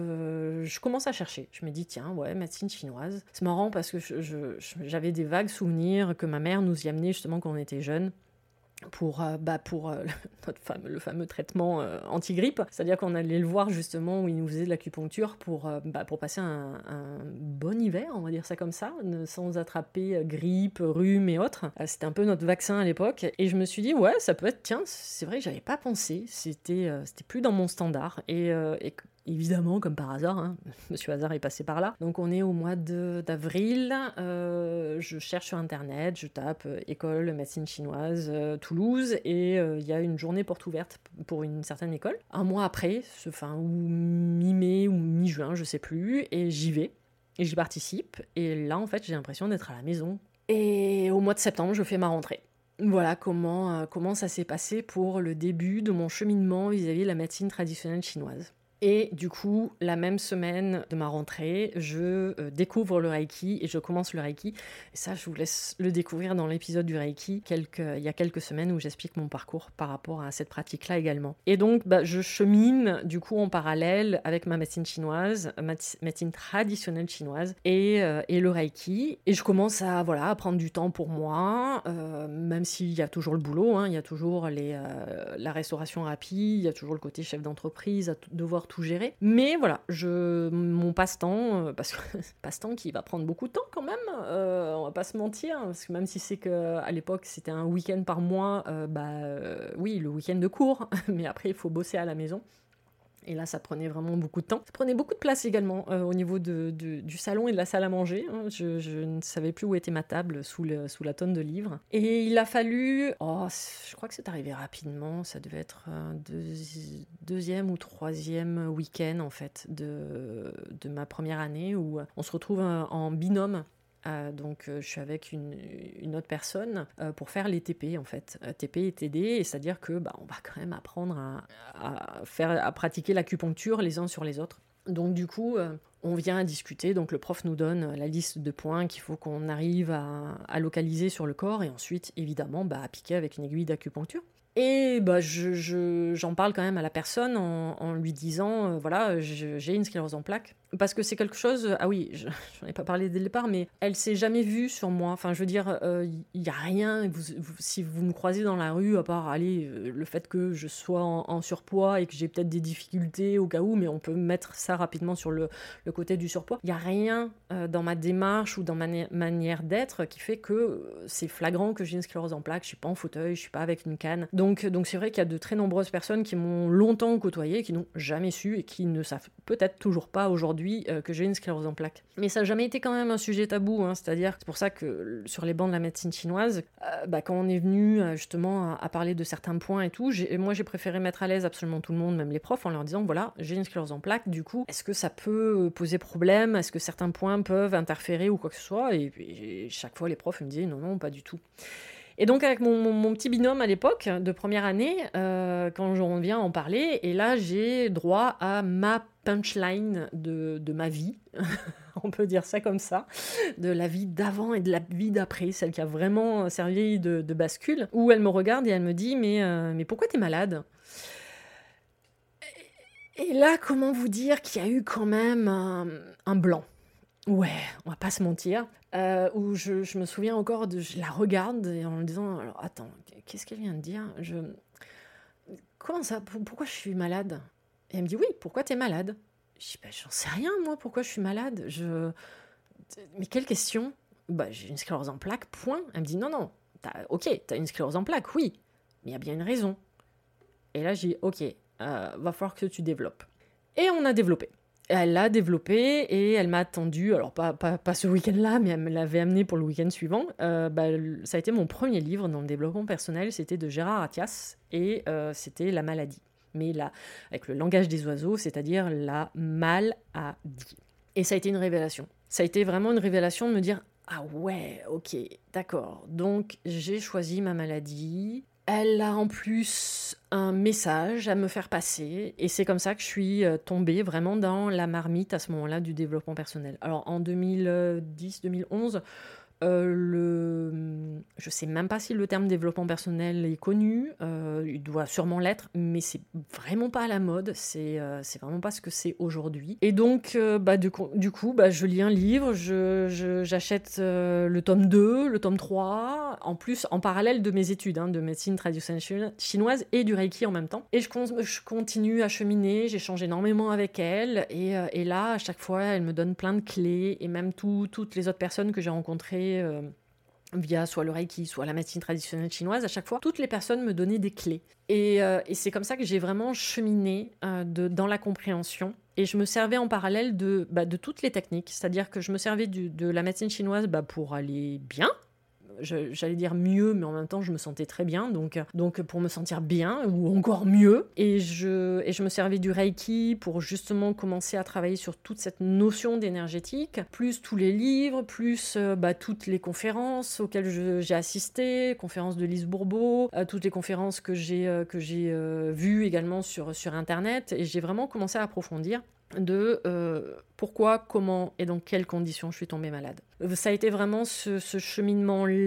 je, je commence à chercher. Je me dis, tiens, ouais, médecine chinoise. C'est marrant parce que je- je- je- j'avais des vagues souvenirs que ma mère nous y amenait justement quand on était jeunes, pour, euh, bah, pour euh, notre fameux, le fameux traitement euh, anti-grippe. C'est-à-dire qu'on allait le voir justement où il nous faisait de l'acupuncture pour, euh, bah, pour passer un, un bon hiver, on va dire ça comme ça, ne- sans attraper euh, grippe, rhume et autres. Euh, c'était un peu notre vaccin à l'époque. Et je me suis dit, ouais, ça peut être, tiens, c'est vrai que j'avais pas pensé. C'était euh, c'était plus dans mon standard. Et, euh, et évidemment, comme par hasard, hein, Monsieur Hasard est passé par là. Donc on est au mois de- d'avril, euh, je cherche sur internet, je tape euh, école médecine chinoise euh, Toulouse, et euh, il y a une journée porte ouverte pour une certaine école. Un mois après, ce- enfin, ou mi-mai ou mi-juin, je sais plus, et j'y vais, et j'y participe, et là en fait j'ai l'impression d'être à la maison. Et au mois de septembre, je fais ma rentrée. Voilà comment, euh, comment ça s'est passé pour le début de mon cheminement vis-à-vis de la médecine traditionnelle chinoise. Et du coup, la même semaine de ma rentrée, je euh, découvre le Reiki et je commence le Reiki. Et ça, je vous laisse le découvrir dans l'épisode du Reiki, quelques, il y a quelques semaines, où j'explique mon parcours par rapport à cette pratique-là également. Et donc, bah, je chemine du coup en parallèle avec ma médecine chinoise, ma médecine traditionnelle chinoise, et, euh, et le Reiki. Et je commence à, voilà, à prendre du temps pour moi, euh, même s'il y a toujours le boulot, hein, il y a toujours les, euh, la restauration rapide, il y a toujours le côté chef d'entreprise, à t- devoir tout gérer. Mais voilà, je, mon passe-temps, euh, parce que passe-temps qui va prendre beaucoup de temps quand même, euh, on va pas se mentir, parce que même si c'est qu'à l'époque c'était un week-end par mois, euh, bah euh, oui, le week-end de cours, mais après il faut bosser à la maison. Et là, ça prenait vraiment beaucoup de temps. Ça prenait beaucoup de place également euh, au niveau de, de, du salon et de la salle à manger. Hein. Je, je ne savais plus où était ma table sous, le, sous la tonne de livres. Et il a fallu... Oh, je crois que c'est arrivé rapidement. Ça devait être un deux, deuxième ou troisième week-end, en fait, de, de ma première année, où on se retrouve en binôme. Euh, donc euh, je suis avec une, une autre personne euh, pour faire les T P en fait, euh, T P et T D, et c'est-à-dire que bah, on va quand même apprendre à, à, faire, à pratiquer l'acupuncture les uns sur les autres. Donc du coup, euh, on vient discuter, donc le prof nous donne la liste de points qu'il faut qu'on arrive à, à localiser sur le corps, et ensuite évidemment bah, à piquer avec une aiguille d'acupuncture. Et bah, je, je, j'en parle quand même à la personne en, en lui disant, euh, voilà, je, j'ai une sclérose en plaques. Parce que c'est quelque chose... Ah oui, je, j'en ai pas parlé dès le départ, mais elle s'est jamais vue sur moi. Enfin, je veux dire, il euh, n'y a rien. Vous, vous, si vous me croisez dans la rue, à part allez, euh, le fait que je sois en, en surpoids et que j'ai peut-être des difficultés au cas où, mais on peut mettre ça rapidement sur le, le côté du surpoids. Il n'y a rien euh, dans ma démarche ou dans ma na- manière d'être qui fait que euh, c'est flagrant que j'ai une sclérose en plaques. Je suis pas en fauteuil, je suis pas avec une canne. Donc, donc c'est vrai qu'il y a de très nombreuses personnes qui m'ont longtemps côtoyé, qui n'ont jamais su et qui ne savent peut-être toujours pas aujourd'hui que j'ai une sclérose en plaques. Mais ça n'a jamais été quand même un sujet tabou, hein, c'est-à-dire c'est pour ça que sur les bancs de la médecine chinoise, euh, bah, quand on est venu euh, justement à, à parler de certains points et tout, j'ai, moi j'ai préféré mettre à l'aise absolument tout le monde, même les profs, en leur disant voilà, j'ai une sclérose en plaques, du coup, est-ce que ça peut poser problème, est-ce que certains points peuvent interférer ou quoi que ce soit, et, et chaque fois les profs me disaient non, non, pas du tout. Et donc avec mon, mon, mon petit binôme à l'époque, de première année, euh, quand on vient en parler, et là j'ai droit à ma punchline de, de ma vie, on peut dire ça comme ça, de la vie d'avant et de la vie d'après, celle qui a vraiment servi de, de bascule, où elle me regarde et elle me dit « mais, euh, mais pourquoi t'es malade ?» Et là, comment vous dire qu'il y a eu quand même un, un blanc. Ouais, on va pas se mentir. Euh, où je, je me souviens encore, de, je la regarde et en me disant, alors attends, qu'est-ce qu'elle vient de dire je... Comment ça, pourquoi je suis malade? Et elle me dit, oui, pourquoi t'es malade? Je dis, bah, j'en sais rien, moi, pourquoi je suis malade? Je... Mais quelle question? Bah, j'ai une sclérose en plaques, point. Elle me dit, non, non, t'as... ok, t'as une sclérose en plaques, oui, mais il y a bien une raison. Et là, j'ai dit, ok, euh, va falloir que tu développes. Et on a développé. Elle l'a développé et elle m'a attendu, alors pas, pas, pas ce week-end-là, mais elle me l'avait amené pour le week-end suivant. Euh, bah, ça a été mon premier livre dans le développement personnel, c'était de Gérard Attias, et euh, c'était La maladie. Mais là, avec le langage des oiseaux, c'est-à-dire la maladie. Et ça a été une révélation. Ça a été vraiment une révélation de me dire, ah ouais, ok, d'accord. Donc j'ai choisi ma maladie. Elle a en plus un message à me faire passer, et c'est comme ça que je suis tombée vraiment dans la marmite à ce moment-là du développement personnel. Alors en deux mille dix deux mille onze, euh, le... je sais même pas si le terme développement personnel est connu, euh, il doit sûrement l'être, mais c'est vraiment pas à la mode, c'est, euh, c'est vraiment pas ce que c'est aujourd'hui. Et donc, euh, bah, du coup, du coup bah, je lis un livre, je, je, j'achète euh, le tome deux, le tome trois, en plus en parallèle de mes études, hein, de médecine traditionnelle chinoise et du Reiki en même temps. Et je, con- je continue à cheminer, j'échange énormément avec elle, et, euh, et là, à chaque fois, elle me donne plein de clés, et même tout, toutes les autres personnes que j'ai rencontrées Euh, via soit le Reiki, soit la médecine traditionnelle chinoise, à chaque fois, toutes les personnes me donnaient des clés. Et, euh, et c'est comme ça que j'ai vraiment cheminé euh, de, dans la compréhension. Et je me servais en parallèle de, bah, de toutes les techniques. C'est-à-dire que je me servais du, de la médecine chinoise bah, pour aller bien. Je, j'allais dire mieux, mais en même temps, je me sentais très bien. Donc, donc pour me sentir bien, ou encore mieux. Et je, et je me servais du Reiki pour justement commencer à travailler sur toute cette notion d'énergétique, plus tous les livres, plus euh, bah, toutes les conférences auxquelles je, j'ai assisté, conférences de Lise Bourbeau, euh, toutes les conférences que j'ai, euh, que j'ai euh, vues également sur, sur Internet. Et j'ai vraiment commencé à approfondir de euh, pourquoi, comment et dans quelles conditions je suis tombée malade. Ça a été vraiment ce, ce cheminement-là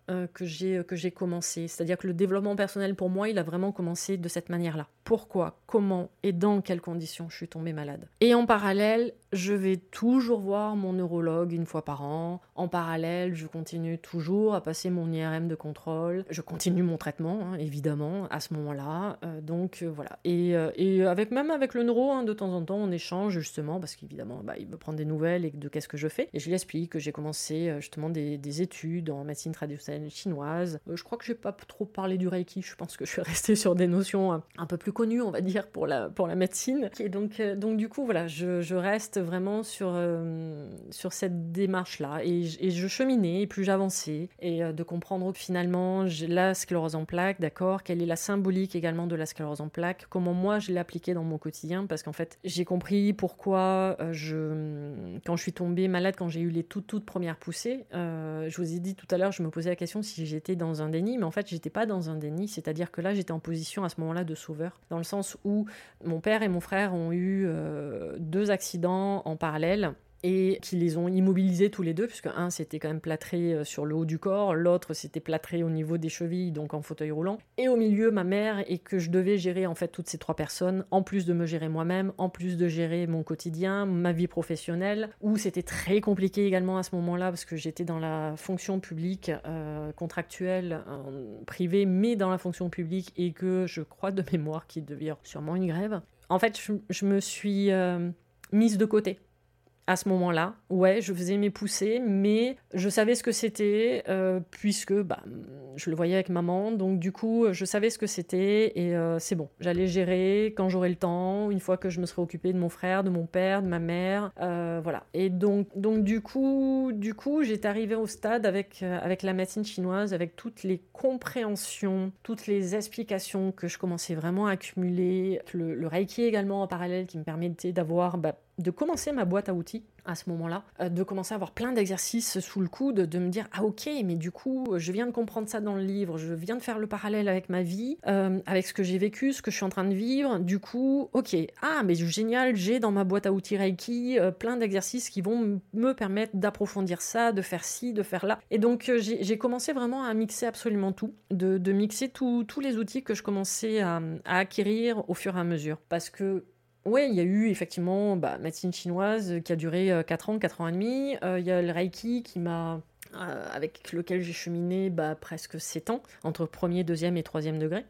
euh, que j'ai, que j'ai commencé. C'est-à-dire que le développement personnel, pour moi, il a vraiment commencé de cette manière-là. Pourquoi, comment et dans quelles conditions je suis tombée malade. Et en parallèle, je vais toujours voir mon neurologue une fois par an. En parallèle, je continue toujours à passer mon I R M de contrôle. Je continue mon traitement, hein, évidemment, à ce moment-là. Euh, donc euh, voilà. Et, euh, et avec, même avec le neuro, hein, de temps en temps, on échange justement, parce qu'évidemment, bah, il veut prendre des nouvelles et de qu'est-ce que je fais. Et je lui explique que j'ai commencé euh, justement des, des études en médecine traditionnelle chinoise. Euh, je crois que je n'ai pas trop parlé du Reiki. Je pense que je suis restée sur des notions un, un peu plus connues, on va dire, pour la, pour la médecine. Et donc, euh, donc du coup, voilà, je, je reste vraiment sur, euh, sur cette démarche-là. Et, et je cheminais, et plus j'avançais, et euh, de comprendre que finalement, j'ai la sclérose en plaques, d'accord, quelle est la symbolique également de la sclérose en plaques, comment moi je l'ai appliquée dans mon quotidien, parce qu'en fait, j'ai compris pourquoi euh, je, quand je suis tombée malade, quand j'ai eu les toutes, toutes premières poussées, euh, je vous ai dit tout à l'heure, je me posais la question si j'étais dans un déni, mais en fait, j'étais pas dans un déni, c'est-à-dire que là, j'étais en position à ce moment-là de sauveur, dans le sens où mon père et mon frère ont eu euh, deux accidents en parallèle, et qui les ont immobilisés tous les deux, puisque un c'était quand même plâtré sur le haut du corps, l'autre c'était plâtré au niveau des chevilles, donc en fauteuil roulant, et au milieu ma mère, et que je devais gérer en fait toutes ces trois personnes, en plus de me gérer moi-même, en plus de gérer mon quotidien, ma vie professionnelle, où c'était très compliqué également à ce moment-là, parce que j'étais dans la fonction publique euh, contractuelle, euh, privée, mais dans la fonction publique, et que je crois de mémoire qu'il devait y avoir sûrement une grève. En fait, je, je me suis euh, mise de côté. À ce moment-là, ouais, je faisais mes poussées, mais je savais ce que c'était, euh, puisque bah, je le voyais avec maman, donc du coup, je savais ce que c'était, et euh, c'est bon. J'allais gérer quand j'aurais le temps, une fois que je me serais occupée de mon frère, de mon père, de ma mère, euh, voilà. Et donc, donc du coup, du coup, j'étais arrivée au stade avec, euh, avec la médecine chinoise, avec toutes les compréhensions, toutes les explications que je commençais vraiment à accumuler, le, le Reiki également en parallèle qui me permettait d'avoir... Bah, de commencer ma boîte à outils à ce moment-là, euh, de commencer à avoir plein d'exercices sous le coude, de me dire « Ah ok, mais du coup, je viens de comprendre ça dans le livre, je viens de faire le parallèle avec ma vie, euh, avec ce que j'ai vécu, ce que je suis en train de vivre, du coup, ok, ah mais génial, j'ai dans ma boîte à outils Reiki euh, plein d'exercices qui vont m- me permettre d'approfondir ça, de faire ci, de faire là. » Et donc, euh, j'ai, j'ai commencé vraiment à mixer absolument tout, de, de mixer tous les outils que je commençais à, à acquérir au fur et à mesure. Parce que oui, il y a eu effectivement bah, médecine chinoise qui a duré euh, quatre ans, quatre ans et demi. Il euh, y a le Reiki qui m'a, euh, avec lequel j'ai cheminé bah, presque sept ans, entre premier, deuxième et troisième degré.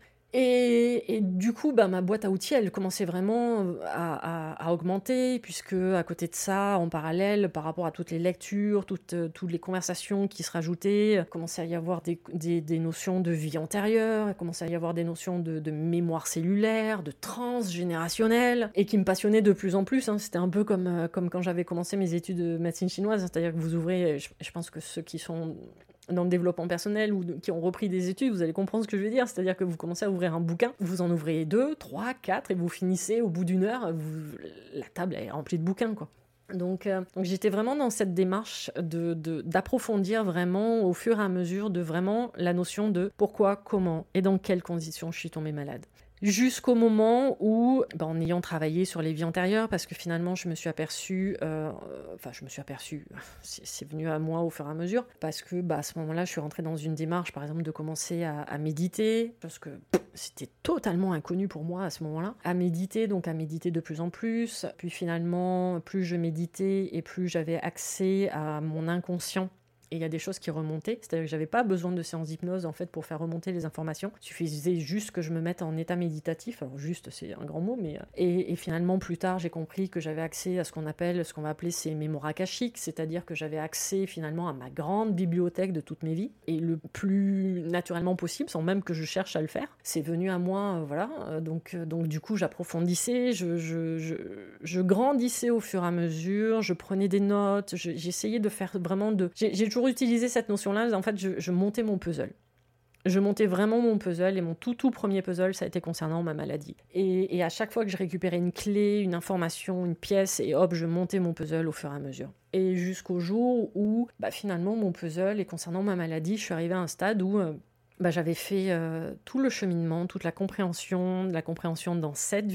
Et, et du coup, bah, ma boîte à outils, elle commençait vraiment à, à, à augmenter, puisque à côté de ça, en parallèle, par rapport à toutes les lectures, toutes, toutes les conversations qui se rajoutaient, il commençait à y avoir des, des, des notions de vie antérieure, il commençait à y avoir des notions de, de mémoire cellulaire, de transgénérationnelle, et qui me passionnaient de plus en plus. Hein. C'était un peu comme, comme quand j'avais commencé mes études de médecine chinoise, c'est-à-dire que vous ouvrez, je, je pense que ceux qui sont dans le développement personnel ou de, qui ont repris des études, vous allez comprendre ce que je veux dire, c'est-à-dire que vous commencez à ouvrir un bouquin, vous en ouvrez deux, trois, quatre, et vous finissez au bout d'une heure, vous, la table est remplie de bouquins, quoi. Donc, euh, donc j'étais vraiment dans cette démarche de, de, d'approfondir vraiment au fur et à mesure de vraiment la notion de pourquoi, comment et dans quelles conditions je suis tombée malade. Jusqu'au moment où, bah, en ayant travaillé sur les vies antérieures, parce que finalement je me suis aperçue, euh, enfin je me suis aperçue, c'est, c'est venu à moi au fur et à mesure, parce que bah, à ce moment-là je suis rentrée dans une démarche par exemple de commencer à, à méditer, parce que pff, c'était totalement inconnu pour moi à ce moment-là, à méditer, donc à méditer de plus en plus, puis finalement plus je méditais et plus j'avais accès à mon inconscient. Et il y a des choses qui remontaient, c'est-à-dire que j'avais pas besoin de séance d'hypnose en fait pour faire remonter les informations. Il suffisait juste que je me mette en état méditatif, alors juste c'est un grand mot, mais et, et finalement plus tard j'ai compris que j'avais accès à ce qu'on appelle, ce qu'on va appeler ces mémoires akashiques, c'est-à-dire que j'avais accès finalement à ma grande bibliothèque de toutes mes vies et le plus naturellement possible, sans même que je cherche à le faire. C'est venu à moi, euh, voilà. Donc donc du coup j'approfondissais, je je je, je grandissais au fur et à mesure, je prenais des notes, je, j'essayais de faire vraiment de, j'ai, j'ai toujours utiliser cette notion-là, en fait, je, je montais mon puzzle. Je montais vraiment mon puzzle et mon tout tout premier puzzle, ça a été concernant ma maladie. Et, et à chaque fois que je récupérais une clé, une information, une pièce, et hop, je montais mon puzzle au fur et à mesure. Et jusqu'au jour où, bah, finalement, mon puzzle, et concernant ma maladie, je suis arrivée à un stade où euh, bah, j'avais fait euh, tout le cheminement, toute la compréhension, la compréhension dans cette vie,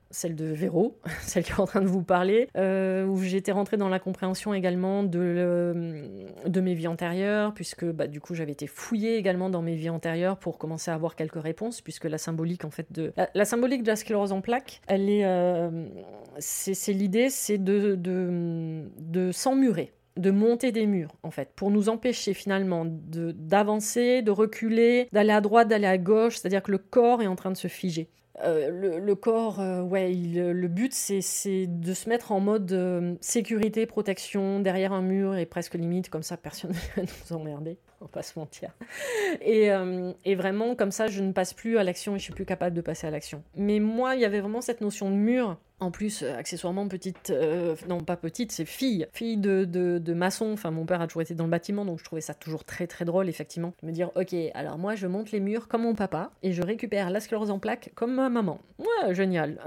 celle de Véro, celle qui est en train de vous parler, euh, où j'étais rentrée dans la compréhension également de, le, de mes vies antérieures, puisque bah, du coup j'avais été fouillée également dans mes vies antérieures pour commencer à avoir quelques réponses, puisque la symbolique en fait de la, la symbolique de la sclérose en plaques, elle est, euh, c'est, c'est l'idée, c'est de, de, de s'emmurer, de monter des murs, en fait, pour nous empêcher finalement de, d'avancer, de reculer, d'aller à droite, d'aller à gauche, c'est-à-dire que le corps est en train de se figer. Euh, le, le corps, euh, ouais, il, le but c'est, c'est de se mettre en mode euh, sécurité, protection, derrière un mur et presque limite, comme ça personne ne va nous emmerder, on va pas se mentir. Et, euh, et vraiment, comme ça, je ne passe plus à l'action et je suis plus capable de passer à l'action. Mais moi, il y avait vraiment cette notion de mur. En plus, euh, accessoirement, petite... Euh, non, pas petite, c'est fille. Fille de, de, de maçon. Enfin, mon père a toujours été dans le bâtiment, donc je trouvais ça toujours très, très drôle, effectivement. De me dire, ok, alors moi, je monte les murs comme mon papa et je récupère la sclérose en plaques comme ma maman. Ouais, génial.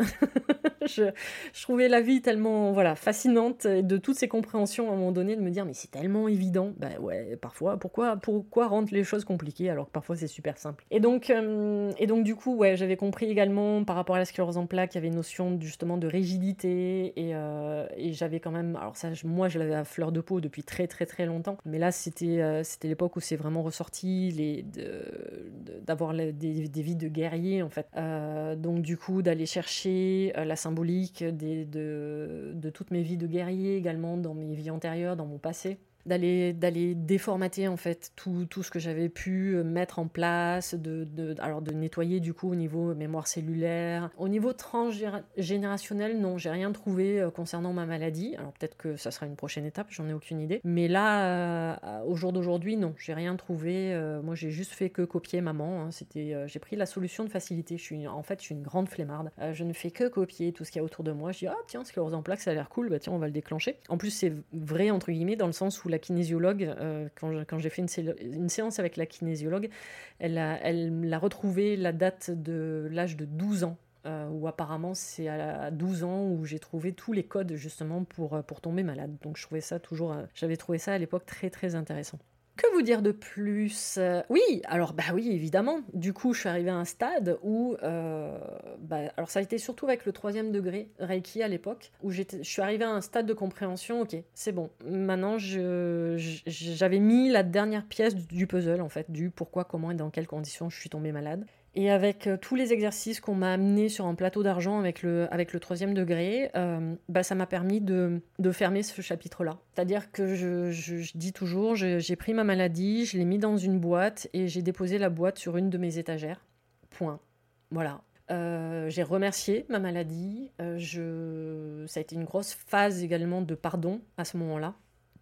je, je trouvais la vie tellement, voilà, fascinante, de toutes ces compréhensions à un moment donné, de me dire, mais c'est tellement évident. Ben ouais, parfois, pourquoi, pourquoi rendre les choses compliquées alors que parfois c'est super simple. Et donc, euh, et donc du coup, ouais, j'avais compris également, par rapport à la sclérose en plaques, il y avait une notion justement de rigidité et, euh, et j'avais quand même, alors ça moi je l'avais à fleur de peau depuis très très très longtemps, mais là c'était, euh, c'était l'époque où c'est vraiment ressorti, les, de, de, d'avoir les, des, des vies de guerriers en fait, euh, donc du coup d'aller chercher euh, la symbolique des, de, de toutes mes vies de guerrier également dans mes vies antérieures, dans mon passé. D'aller, d'aller déformater en fait tout, tout ce que j'avais pu mettre en place, de, de, alors de nettoyer du coup au niveau mémoire cellulaire. Au niveau transgénérationnel, non, j'ai rien trouvé euh, concernant ma maladie. Alors peut-être que ça sera une prochaine étape, j'en ai aucune idée. Mais là, euh, au jour d'aujourd'hui, non, j'ai rien trouvé. Euh, moi, j'ai juste fait que copier maman. Hein. C'était, euh, j'ai pris la solution de facilité. Je suis, en fait, je suis une grande flemmarde. Euh, je ne fais que copier tout ce qu'il y a autour de moi. Je dis, ah tiens, sclérose en plaques, ça a l'air cool, bah tiens, on va le déclencher. En plus, c'est vrai, entre guillemets, dans le sens où la kinésiologue, euh, quand, je, quand j'ai fait une, sé- une séance avec la kinésiologue, elle a, elle a retrouvé la date de l'âge de douze ans, euh, où apparemment c'est à douze ans où j'ai trouvé tous les codes justement pour, pour tomber malade. Donc je trouvais ça toujours, euh, j'avais trouvé ça à l'époque très très intéressant. Que vous dire de plus ? Euh, Oui, alors bah oui, évidemment. Du coup, je suis arrivée à un stade où, euh, bah, alors ça a été surtout avec le troisième degré Reiki à l'époque, où j'étais, je suis arrivée à un stade de compréhension. Ok, c'est bon. Maintenant, je, je- j'avais mis la dernière pièce du puzzle en fait, du pourquoi, comment et dans quelles conditions je suis tombée malade. Et avec euh, tous les exercices qu'on m'a amenés sur un plateau d'argent avec le, avec le troisième degré, euh, bah, ça m'a permis de, de fermer ce chapitre-là. C'est-à-dire que je, je, je dis toujours, je- j'ai pris ma maladie, je l'ai mis dans une boîte et j'ai déposé la boîte sur une de mes étagères. Point. Voilà. Euh, j'ai remercié ma maladie. Euh, je... Ça a été une grosse phase également de pardon à ce moment-là.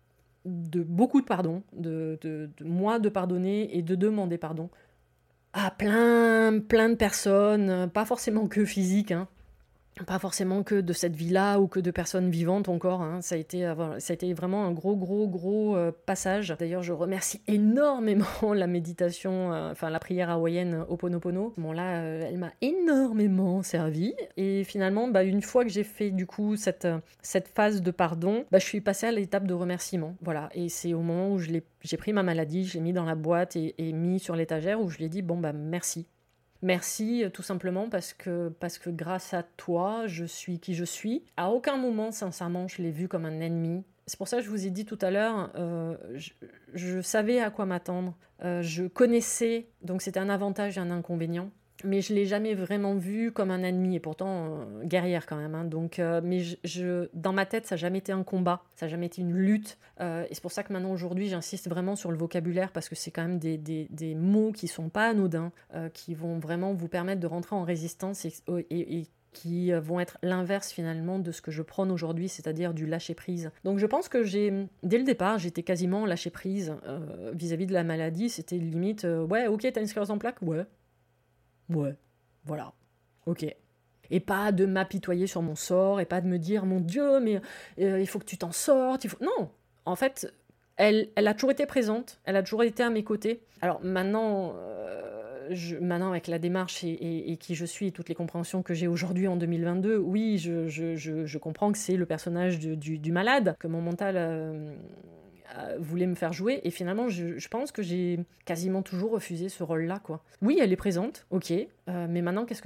De beaucoup de pardon. De, de, de moi de pardonner et de demander pardon à plein, plein de personnes, pas forcément que physiques, hein, pas forcément que de cette vie-là ou que de personnes vivantes encore. Hein. Ça a été, euh, voilà, ça a été vraiment un gros, gros, gros euh, passage. D'ailleurs, je remercie énormément la méditation, euh, enfin la prière hawaïenne Ho'oponopono. Bon là, euh, elle m'a énormément servi. Et finalement, bah, une fois que j'ai fait du coup cette, euh, cette phase de pardon, bah, je suis passée à l'étape de remerciement. Voilà. Et c'est au moment où je l'ai, j'ai pris ma maladie, je l'ai mis dans la boîte et, et mis sur l'étagère où je lui ai dit bon bah merci. Merci, tout simplement parce que, parce que grâce à toi, je suis qui je suis. À aucun moment, sincèrement, je l'ai vu comme un ennemi. C'est pour ça que je vous ai dit tout à l'heure, euh, je, je savais à quoi m'attendre. Euh, je connaissais, donc c'était un avantage et un inconvénient. Mais je l'ai jamais vraiment vu comme un ennemi, et pourtant euh, guerrière quand même. Hein. Donc, euh, mais je, je, dans ma tête, ça n'a jamais été un combat, ça n'a jamais été une lutte. Euh, et c'est pour ça que maintenant, aujourd'hui, j'insiste vraiment sur le vocabulaire, parce que c'est quand même des, des, des mots qui ne sont pas anodins, euh, qui vont vraiment vous permettre de rentrer en résistance et, et, et qui vont être l'inverse finalement de ce que je prône aujourd'hui, c'est-à-dire du lâcher-prise. Donc je pense que j'ai, dès le départ, j'étais quasiment lâcher-prise euh, vis-à-vis de la maladie. C'était limite, euh, ouais, ok, t'as une sclérose en plaques ? Ouais. Ouais, voilà, ok. Et pas de m'apitoyer sur mon sort, et pas de me dire, mon Dieu, mais euh, il faut que tu t'en sortes, il faut... Non, en fait, elle, elle a toujours été présente, elle a toujours été à mes côtés. Alors maintenant, euh, je, maintenant avec la démarche et, et, et qui je suis, et toutes les compréhensions que j'ai aujourd'hui en deux mille vingt-deux, oui, je, je, je, je comprends que c'est le personnage du, du, du malade, que mon mental... Euh, voulait me faire jouer, et finalement je, je pense que j'ai quasiment toujours refusé ce rôle-là, quoi. Oui, elle est présente, ok, euh, mais maintenant qu'est-ce que j'en fais ?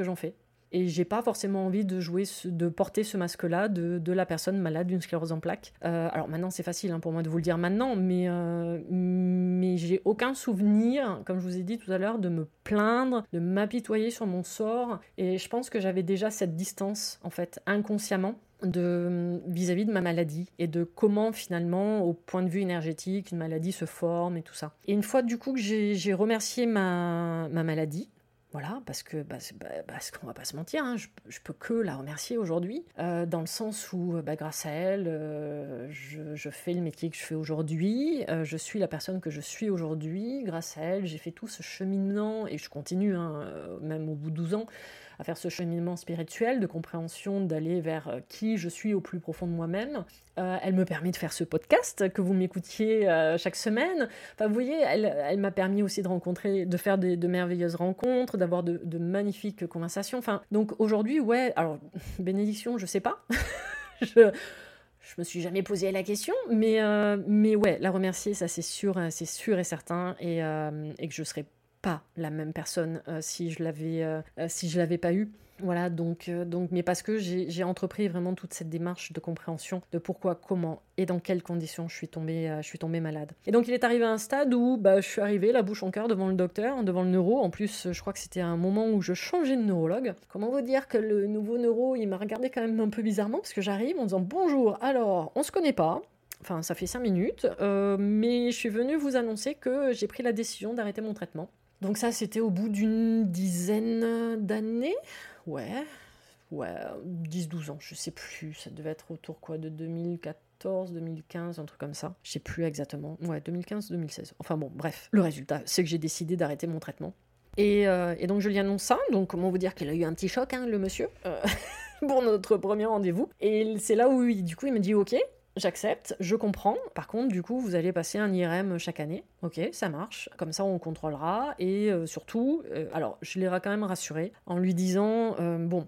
Et j'ai pas forcément envie de jouer, ce, de porter ce masque-là de, de la personne malade d'une sclérose en plaques. Euh, alors maintenant, c'est facile hein, pour moi de vous le dire maintenant, mais, euh, mais j'ai aucun souvenir, comme je vous ai dit tout à l'heure, de me plaindre, de m'apitoyer sur mon sort. Et je pense que j'avais déjà cette distance, en fait, inconsciemment, de, vis-à-vis de ma maladie et de comment finalement au point de vue énergétique une maladie se forme et tout ça. Et une fois du coup que j'ai, j'ai remercié ma, ma maladie, voilà, parce que bah, bah, parce qu'on va pas se mentir, hein, je, je peux que la remercier aujourd'hui, euh, dans le sens où bah, grâce à elle, euh, je, je fais le métier que je fais aujourd'hui, euh, je suis la personne que je suis aujourd'hui, grâce à elle j'ai fait tout ce cheminement, et je continue, hein, même au bout de douze ans, à faire ce cheminement spirituel, de compréhension, d'aller vers qui je suis au plus profond de moi-même. Euh, elle me permet de faire ce podcast, que vous m'écoutiez euh, chaque semaine. Enfin, vous voyez, elle, elle m'a permis aussi de rencontrer, de faire des, de merveilleuses rencontres, d'avoir de, de magnifiques conversations. Enfin, donc aujourd'hui, ouais, alors, bénédiction, je sais pas. je... Je me suis jamais posé la question, mais, euh, mais ouais, la remercier, ça c'est sûr, c'est sûr et certain, et, euh, et que je serais pas la même personne euh, si je l'avais euh, si je l'avais pas eu. Voilà, donc, euh, donc mais parce que j'ai, j'ai entrepris vraiment toute cette démarche de compréhension de pourquoi, comment et dans quelles conditions je suis tombée, euh, je suis tombée malade. Et donc il est arrivé à un stade où bah, je suis arrivée la bouche en cœur devant le docteur, devant le neuro. En plus, je crois que c'était un moment où je changeais de neurologue. Comment vous dire que le nouveau neuro, il m'a regardé quand même un peu bizarrement parce que j'arrive en disant bonjour, alors on se connaît pas. Enfin, ça fait cinq minutes, euh, mais je suis venue vous annoncer que j'ai pris la décision d'arrêter mon traitement. Donc ça, c'était au bout d'une dizaine d'années. Ouais, ouais, dix douze ans, je sais plus. Ça devait être autour quoi, de deux mille quatorze, deux mille quinze, un truc comme ça. Je sais plus exactement. Ouais, deux mille quinze, deux mille seize. Enfin bon, bref. Le résultat, c'est que j'ai décidé d'arrêter mon traitement. Et, euh, et donc je lui annonce ça. Donc comment vous dire qu'il a eu un petit choc, hein, le monsieur, euh, pour notre premier rendez-vous. Et c'est là où, il, du coup, il me dit « Ok ». J'accepte, je comprends. Par contre, du coup, vous allez passer un I R M chaque année. Ok, ça marche. Comme ça, on contrôlera. Et euh, surtout, euh, alors, je l'ai quand même rassuré en lui disant, euh, bon,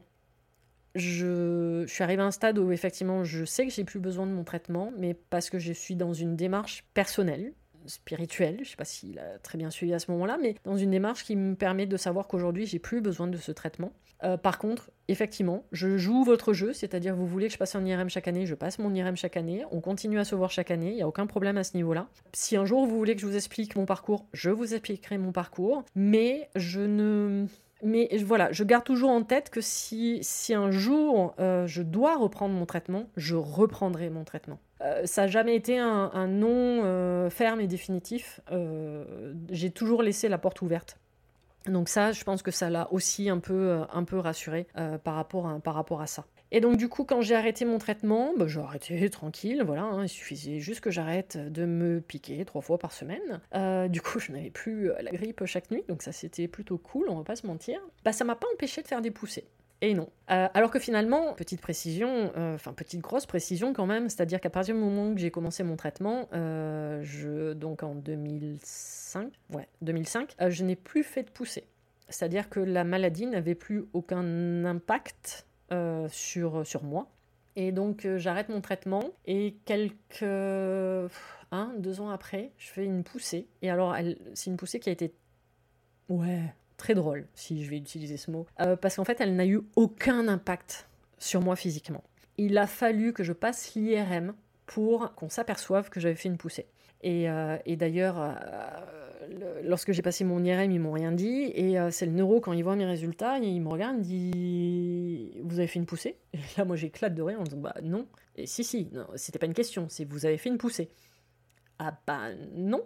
je, je suis arrivée à un stade où effectivement, je sais que j'ai plus besoin de mon traitement, mais parce que je suis dans une démarche personnelle, spirituelle, je sais pas s'il a très bien suivi à ce moment-là, mais dans une démarche qui me permet de savoir qu'aujourd'hui, j'ai plus besoin de ce traitement. Euh, par contre, effectivement, je joue votre jeu, c'est-à-dire vous voulez que je passe un I R M chaque année, je passe mon I R M chaque année, on continue à se voir chaque année, il n'y a aucun problème à ce niveau-là. Si un jour vous voulez que je vous explique mon parcours, je vous expliquerai mon parcours, mais je ne... Mais voilà, je garde toujours en tête que si, si un jour euh, je dois reprendre mon traitement, je reprendrai mon traitement. Euh, ça n'a jamais été un, un non euh, ferme et définitif. Euh, j'ai toujours laissé la porte ouverte. Donc ça, je pense que ça l'a aussi un peu, un peu rassuré euh, par, rapport à, par rapport à ça. Et donc du coup, quand j'ai arrêté mon traitement, bah, j'ai arrêté tranquille, voilà, hein, il suffisait juste que j'arrête de me piquer trois fois par semaine. Euh, du coup, je n'avais plus la grippe chaque nuit, donc ça c'était plutôt cool, on va pas se mentir. Bah ça m'a pas empêché de faire des poussées. Et non. Euh, alors que finalement, petite précision, enfin euh, petite grosse précision quand même, c'est-à-dire qu'à partir du moment où j'ai commencé mon traitement, euh, je, donc en deux mille cinq, ouais, deux mille cinq, euh, je n'ai plus fait de poussée. C'est-à-dire que la maladie n'avait plus aucun impact euh, sur, sur moi. Et donc euh, j'arrête mon traitement et quelques... un, deux ans après, je fais une poussée. Et alors, elle, c'est une poussée qui a été... Ouais... très drôle, si je vais utiliser ce mot, euh, parce qu'en fait, elle n'a eu aucun impact sur moi physiquement. Il a fallu que je passe l'I R M pour qu'on s'aperçoive que j'avais fait une poussée. Et, euh, et d'ailleurs, euh, le, lorsque j'ai passé mon I R M, ils m'ont rien dit, et euh, c'est le neuro, quand il voit mes résultats, il me regarde, il me dit « Vous avez fait une poussée ?» Et là, moi, j'éclate de rire en disant « Bah non. » Et si, si, non, c'était pas une question, c'est « Vous avez fait une poussée ?» Ah bah non.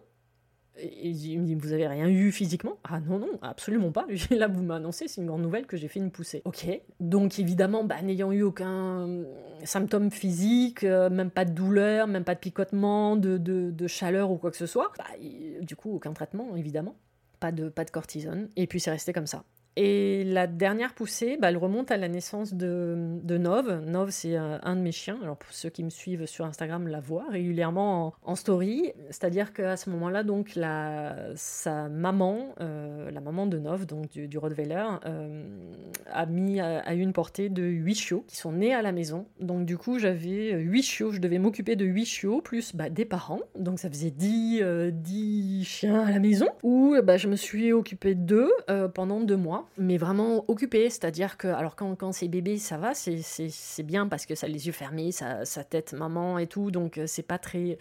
Et il me dit, vous avez rien eu physiquement ? Ah non, non, absolument pas. Là, vous m'annoncez, c'est une grande nouvelle que j'ai fait une poussée. Ok, donc évidemment, bah, n'ayant eu aucun symptôme physique, euh, même pas de douleur, même pas de picotement, de, de, de chaleur ou quoi que ce soit, bah, et, du coup, aucun traitement, évidemment. Pas de, pas de cortisone. Et puis, c'est resté comme ça. Et la dernière poussée, bah, elle remonte à la naissance de, de Nov. Nov, c'est euh, un de mes chiens. Alors, pour ceux qui me suivent sur Instagram, la voient régulièrement en, en story. C'est-à-dire qu'à ce moment-là, donc, la, sa maman, euh, la maman de Nov, donc du, du Rottweiler, euh, a mis à, à une portée de huit chiots qui sont nés à la maison. Donc, du coup, j'avais huit chiots. Je devais m'occuper de huit chiots, plus bah, des parents. Donc, ça faisait dix, euh, dix chiens à la maison, où bah, je me suis occupée d'eux euh, pendant deux mois. moi, mais vraiment occupée, c'est-à-dire que, alors quand, quand c'est bébé, ça va, c'est, c'est, c'est bien parce que ça a les yeux fermés, ça, ça tête maman et tout, donc euh, c'est pas très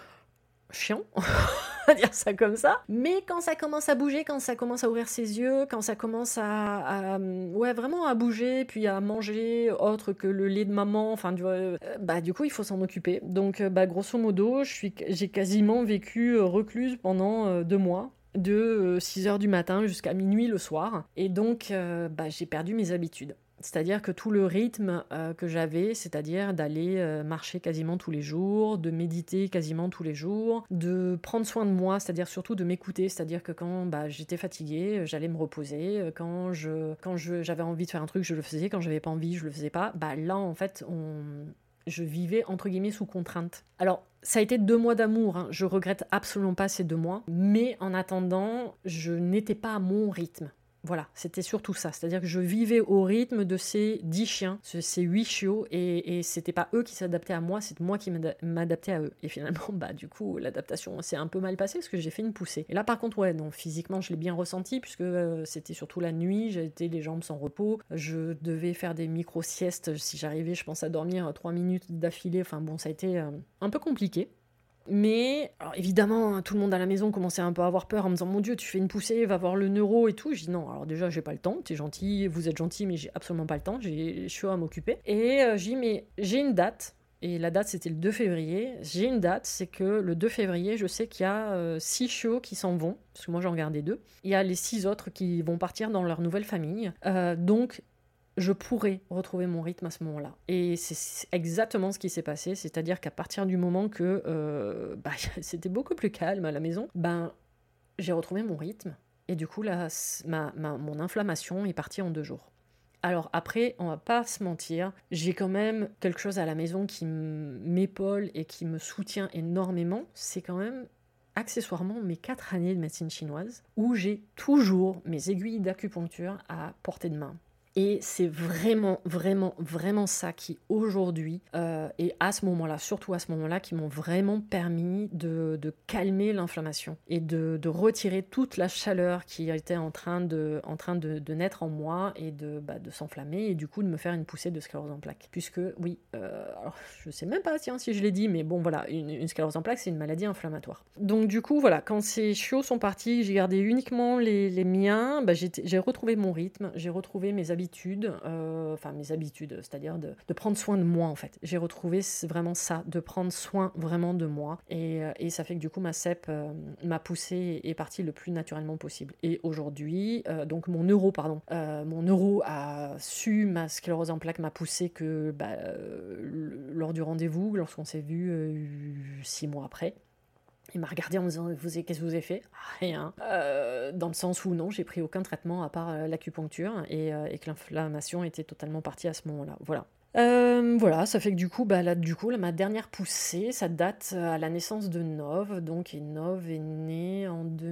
chiant, on va dire ça comme ça. Mais quand ça commence à bouger, quand ça commence à ouvrir ses yeux, quand ça commence à, à ouais, vraiment à bouger, puis à manger autre que le lait de maman, enfin, tu vois, euh, bah du coup, il faut s'en occuper. Donc, euh, bah grosso modo, je suis, j'ai quasiment vécu euh, recluse pendant euh, deux mois. De euh, six heures du matin jusqu'à minuit le soir. Et donc, euh, bah, j'ai perdu mes habitudes. C'est-à-dire que tout le rythme euh, que j'avais, c'est-à-dire d'aller euh, marcher quasiment tous les jours, de méditer quasiment tous les jours, de prendre soin de moi, c'est-à-dire surtout de m'écouter, c'est-à-dire que quand bah, j'étais fatiguée, j'allais me reposer, quand, je, quand je, j'avais envie de faire un truc, je le faisais, quand j'avais pas envie, je le faisais pas. Bah, là, en fait, on... je vivais entre guillemets sous contrainte. Alors, ça a été deux mois d'amour, hein. Je regrette absolument pas ces deux mois, mais en attendant, je n'étais pas à mon rythme. Voilà, c'était surtout ça. C'est-à-dire que je vivais au rythme de ces dix chiens, ces huit chiots, et, et c'était pas eux qui s'adaptaient à moi, c'est moi qui m'adaptais à eux. Et finalement, bah du coup, l'adaptation s'est un peu mal passée parce que j'ai fait une poussée. Et là, par contre, ouais, non, physiquement, je l'ai bien ressenti puisque euh, c'était surtout la nuit, j'étais les jambes sans repos, je devais faire des micro-siestes si j'arrivais, je pense, à dormir trois minutes d'affilée. Enfin bon, ça a été euh, un peu compliqué. Mais, alors évidemment, tout le monde à la maison commençait un peu à avoir peur en me disant « Mon Dieu, tu fais une poussée, va voir le neuro et tout ». Je dis « Non, alors déjà, j'ai pas le temps, t'es gentil, vous êtes gentil, mais j'ai absolument pas le temps, j'ai chaud à m'occuper ». Et euh, j'ai dit « Mais j'ai une date ». Et la date, c'était le deux février. J'ai une date, c'est que le deux février, je sais qu'il y a euh, six chiots qui s'en vont, parce que moi j'en gardais deux. Il y a les six autres qui vont partir dans leur nouvelle famille. Euh, donc, je pourrais retrouver mon rythme à ce moment-là. Et c'est exactement ce qui s'est passé, c'est-à-dire qu'à partir du moment que euh, bah, c'était beaucoup plus calme à la maison, ben, j'ai retrouvé mon rythme, et du coup, là, ma, ma, mon inflammation est partie en deux jours. Alors après, on va pas se mentir, j'ai quand même quelque chose à la maison qui m'épaule et qui me soutient énormément, c'est quand même accessoirement mes quatre années de médecine chinoise, où j'ai toujours mes aiguilles d'acupuncture à portée de main. Et c'est vraiment, vraiment, vraiment ça qui, aujourd'hui, euh, et à ce moment-là, surtout à ce moment-là, qui m'ont vraiment permis de, de calmer l'inflammation et de, de retirer toute la chaleur qui était en train de, en train de, de naître en moi et de, bah, de s'enflammer et du coup de me faire une poussée de sclérose en plaques. Puisque, oui, euh, alors je sais même pas tiens, si je l'ai dit, mais bon, voilà, une, une sclérose en plaques, c'est une maladie inflammatoire. Donc du coup, voilà, quand ces chiots sont partis, j'ai gardé uniquement les, les miens, bah, j'ai retrouvé mon rythme, j'ai retrouvé mes habitudes, euh, enfin mes habitudes, c'est-à-dire de, de prendre soin de moi en fait. J'ai retrouvé vraiment ça, de prendre soin vraiment de moi. Et, et ça fait que du coup ma C E P, euh, ma poussée est partie le plus naturellement possible. Et aujourd'hui, euh, donc mon neuro, pardon, euh, mon neuro a su ma sclérose en plaques, m'a poussé que bah, euh, lors du rendez-vous, lorsqu'on s'est vu euh, six mois après. Il m'a regardé en me disant « Qu'est-ce que vous avez fait ?» Rien. Euh, dans le sens où non, j'ai pris aucun traitement à part euh, l'acupuncture et, euh, et que l'inflammation était totalement partie à ce moment-là. Voilà. Euh, voilà, ça fait que du coup, bah, là, du coup là, ma dernière poussée, ça date à la naissance de Nov. Donc, et Nov est née en deux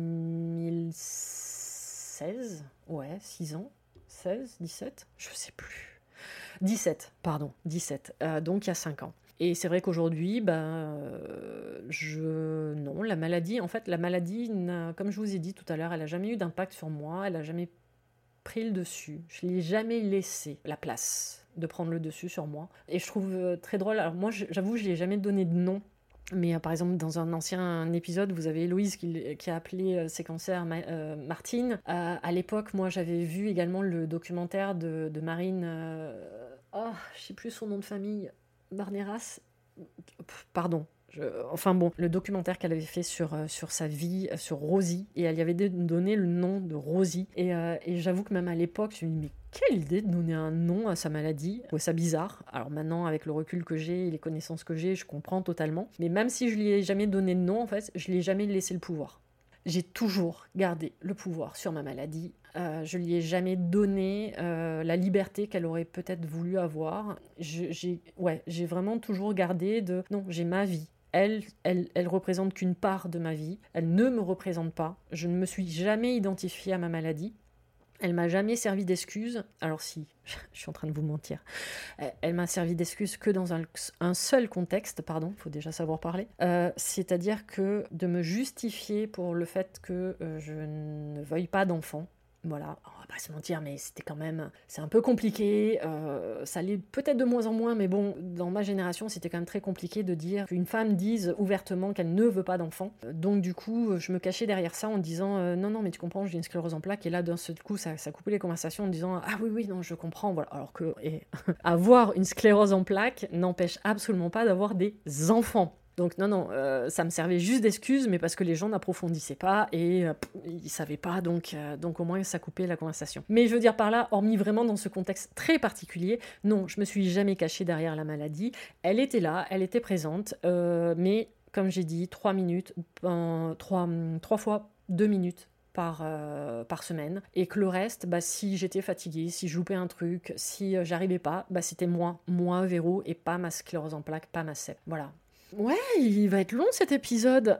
mille seize. Ouais, six ans. seize, dix-sept, je sais plus. dix-sept, pardon, dix-sept. Euh, donc, il y a cinq ans. Et c'est vrai qu'aujourd'hui, ben, euh, je... non, la maladie, en fait, la maladie, comme je vous ai dit tout à l'heure, elle n'a jamais eu d'impact sur moi, elle n'a jamais pris le dessus. Je ne l'ai jamais laissé la place de prendre le dessus sur moi. Et je trouve très drôle, alors moi, j'avoue, je ne lui ai jamais donné de nom. Mais euh, par exemple, dans un ancien épisode, vous avez Héloïse qui, qui a appelé euh, ses cancers Ma, euh, Martine. Euh, à l'époque, moi, j'avais vu également le documentaire de, de Marine... Euh, oh, je ne sais plus son nom de famille... Barneras, pardon, je, enfin bon, le documentaire qu'elle avait fait sur, euh, sur sa vie, euh, sur Rosie, et elle y avait donné le nom de Rosie, et, euh, et j'avoue que même à l'époque, je me dis, mais quelle idée de donner un nom à sa maladie, je trouvais ça bizarre. Alors maintenant, avec le recul que j'ai et les connaissances que j'ai, je comprends totalement, mais même si je lui ai jamais donné de nom, en fait, je lui ai jamais laissé le pouvoir. J'ai toujours gardé le pouvoir sur ma maladie. Euh, je lui ai jamais donné euh, la liberté qu'elle aurait peut-être voulu avoir. Je, j'ai, ouais, j'ai vraiment toujours gardé de... Non, j'ai ma vie. Elle, elle, elle représente qu'une part de ma vie. Elle ne me représente pas. Je ne me suis jamais identifiée à ma maladie. Elle m'a jamais servi d'excuse. Alors si, je suis en train de vous mentir. Elle m'a servi d'excuse que dans un, un seul contexte, pardon, il faut déjà savoir parler. Euh, c'est-à-dire que de me justifier pour le fait que euh, je ne veuille pas d'enfant, Voilà, on va pas se mentir, mais c'était quand même, c'est un peu compliqué, euh, ça l'est peut-être de moins en moins, mais bon, dans ma génération, c'était quand même très compliqué de dire qu'une femme dise ouvertement qu'elle ne veut pas d'enfant. Donc du coup, je me cachais derrière ça en disant euh, non, non, mais tu comprends, j'ai une sclérose en plaques, et là, d'un seul coup, ça, ça coupait les conversations en disant ah oui, oui, non, je comprends, voilà. Alors que et, avoir une sclérose en plaques n'empêche absolument pas d'avoir des enfants. Donc non, non, euh, ça me servait juste d'excuse, mais parce que les gens n'approfondissaient pas et euh, ils savaient pas, donc, euh, donc au moins ça coupait la conversation. Mais je veux dire par là, hormis vraiment dans ce contexte très particulier, non, je me suis jamais cachée derrière la maladie. Elle était là, elle était présente, euh, mais comme j'ai dit, trois minutes, euh, trois, trois fois deux minutes. Par, euh, par semaine, et que le reste, bah, si j'étais fatiguée, si je loupais un truc, si euh, j'arrivais pas, bah, c'était moi, moi Véro, et pas ma sclérose en plaques, pas ma S E P. Voilà. Ouais, il va être long cet épisode.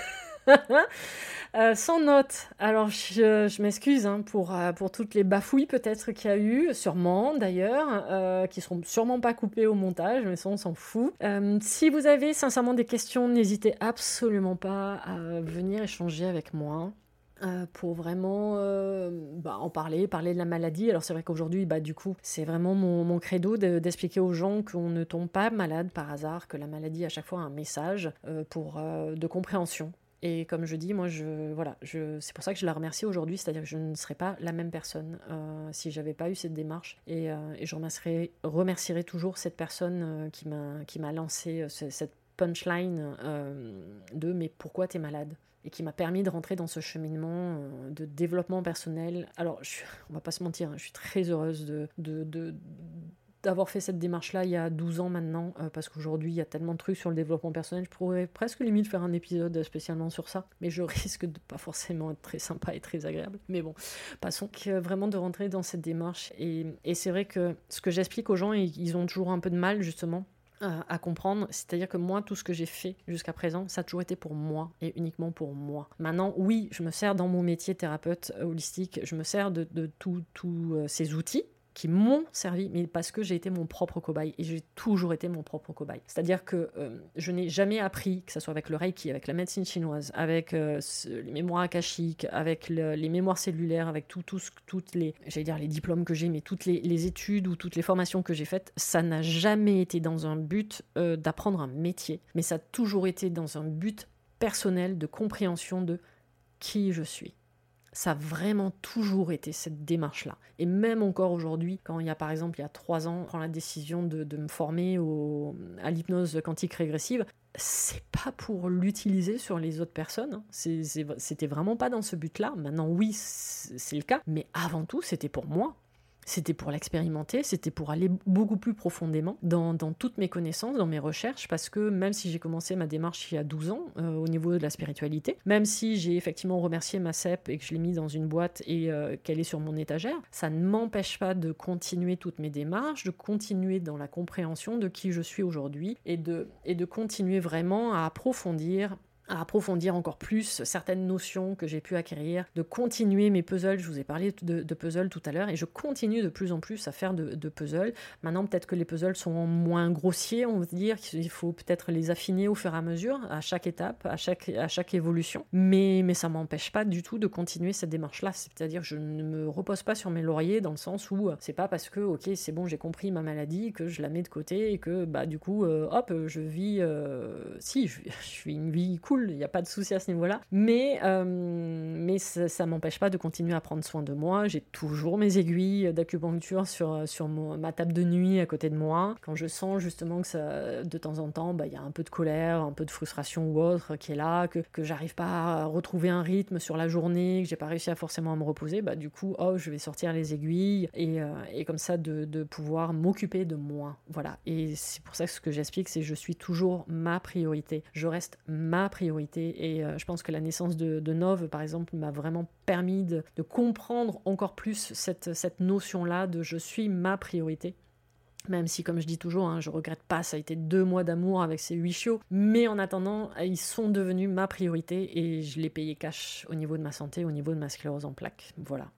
euh, sans notes. Alors je, je m'excuse hein, pour, euh, pour toutes les bafouilles peut-être qu'il y a eu, sûrement d'ailleurs, euh, qui seront sûrement pas coupées au montage, mais ça on s'en fout. Euh, si vous avez sincèrement des questions, n'hésitez absolument pas à venir échanger avec moi. Euh, pour vraiment euh, bah, en parler, parler de la maladie. Alors c'est vrai qu'aujourd'hui, bah, du coup, c'est vraiment mon, mon credo de, d'expliquer aux gens qu'on ne tombe pas malade par hasard, que la maladie à chaque fois a un message euh, pour, euh, de compréhension. Et comme je dis, moi, je, voilà, je, c'est pour ça que je la remercie aujourd'hui, c'est-à-dire que je ne serais pas la même personne euh, si j'avais pas eu cette démarche. Et, euh, et je remercierai, remercierai toujours cette personne euh, qui, m'a, qui m'a lancé euh, cette punchline euh, de « mais pourquoi t'es malade ?» et qui m'a permis de rentrer dans ce cheminement euh, de développement personnel. Alors, je, on va pas se mentir, hein, je suis très heureuse de, de, de, d'avoir fait cette démarche-là il y a douze ans maintenant, euh, parce qu'aujourd'hui, il y a tellement de trucs sur le développement personnel, je pourrais presque limite faire un épisode spécialement sur ça, mais je risque de pas forcément être très sympa et très agréable. Mais bon, passons que vraiment de rentrer dans cette démarche. Et, et c'est vrai que ce que j'explique aux gens, ils ont toujours un peu de mal, justement, à comprendre, c'est-à-dire que moi, tout ce que j'ai fait jusqu'à présent, ça a toujours été pour moi et uniquement pour moi. Maintenant, oui, je me sers dans mon métier thérapeute holistique, je me sers de, de tous euh, ces outils qui m'ont servi, mais parce que j'ai été mon propre cobaye, et j'ai toujours été mon propre cobaye. C'est-à-dire que euh, je n'ai jamais appris, que ce soit avec le Reiki, avec la médecine chinoise, avec euh, les mémoires akashiques, avec le, les mémoires cellulaires, avec tout, tout, toutes les, j'allais dire les diplômes que j'ai, mais toutes les, les études ou toutes les formations que j'ai faites, ça n'a jamais été dans un but euh, d'apprendre un métier, mais ça a toujours été dans un but personnel de compréhension de qui je suis. Ça a vraiment toujours été cette démarche-là. Et même encore aujourd'hui, quand il y a par exemple, il y a trois ans, je prends la décision de, de me former au, à l'hypnose quantique régressive, c'est pas pour l'utiliser sur les autres personnes. Hein. C'est, c'est, c'était vraiment pas dans ce but-là. Maintenant, oui, c'est, c'est le cas. Mais avant tout, c'était pour moi. C'était pour l'expérimenter, c'était pour aller beaucoup plus profondément dans, dans toutes mes connaissances, dans mes recherches, parce que même si j'ai commencé ma démarche il y a douze ans euh, au niveau de la spiritualité, même si j'ai effectivement remercié ma S E P et que je l'ai mise dans une boîte et euh, qu'elle est sur mon étagère, ça ne m'empêche pas de continuer toutes mes démarches, de continuer dans la compréhension de qui je suis aujourd'hui et de, et de continuer vraiment à approfondir à approfondir encore plus certaines notions que j'ai pu acquérir, de continuer mes puzzles. Je vous ai parlé de, de puzzles tout à l'heure, et je continue de plus en plus à faire de, de puzzles. Maintenant, peut-être que les puzzles sont moins grossiers, on va dire, qu'il faut peut-être les affiner au fur et à mesure, à chaque étape, à chaque, à chaque évolution. Mais, mais ça ne m'empêche pas du tout de continuer cette démarche-là. C'est-à-dire que je ne me repose pas sur mes lauriers, dans le sens où c'est pas parce que, ok, c'est bon, j'ai compris ma maladie, que je la mets de côté, et que, bah, du coup, euh, hop, je vis... Euh, si, je, je vis une vie cool, il n'y a pas de souci à ce niveau-là, mais, euh, mais ça ne m'empêche pas de continuer à prendre soin de moi. J'ai toujours mes aiguilles d'acupuncture sur, sur mon, ma table de nuit à côté de moi. Quand je sens justement que ça, de temps en temps, bah, y a un peu de colère, un peu de frustration ou autre qui est là, que, que j'arrive pas à retrouver un rythme sur la journée, que j'ai pas réussi à forcément à me reposer, bah, du coup, oh, je vais sortir les aiguilles et, euh, et comme ça de, de pouvoir m'occuper de moi. Voilà. Et c'est pour ça que ce que j'explique, c'est que je suis toujours ma priorité. Je reste ma priorité. Et euh, je pense que la naissance de, de Nov, par exemple, m'a vraiment permis de, de comprendre encore plus cette, cette notion-là de je suis ma priorité. Même si, comme je dis toujours, hein, je regrette pas, ça a été deux mois d'amour avec ces huit chiots, mais en attendant, ils sont devenus ma priorité et je l'ai payé cash au niveau de ma santé, au niveau de ma sclérose en plaques. Voilà.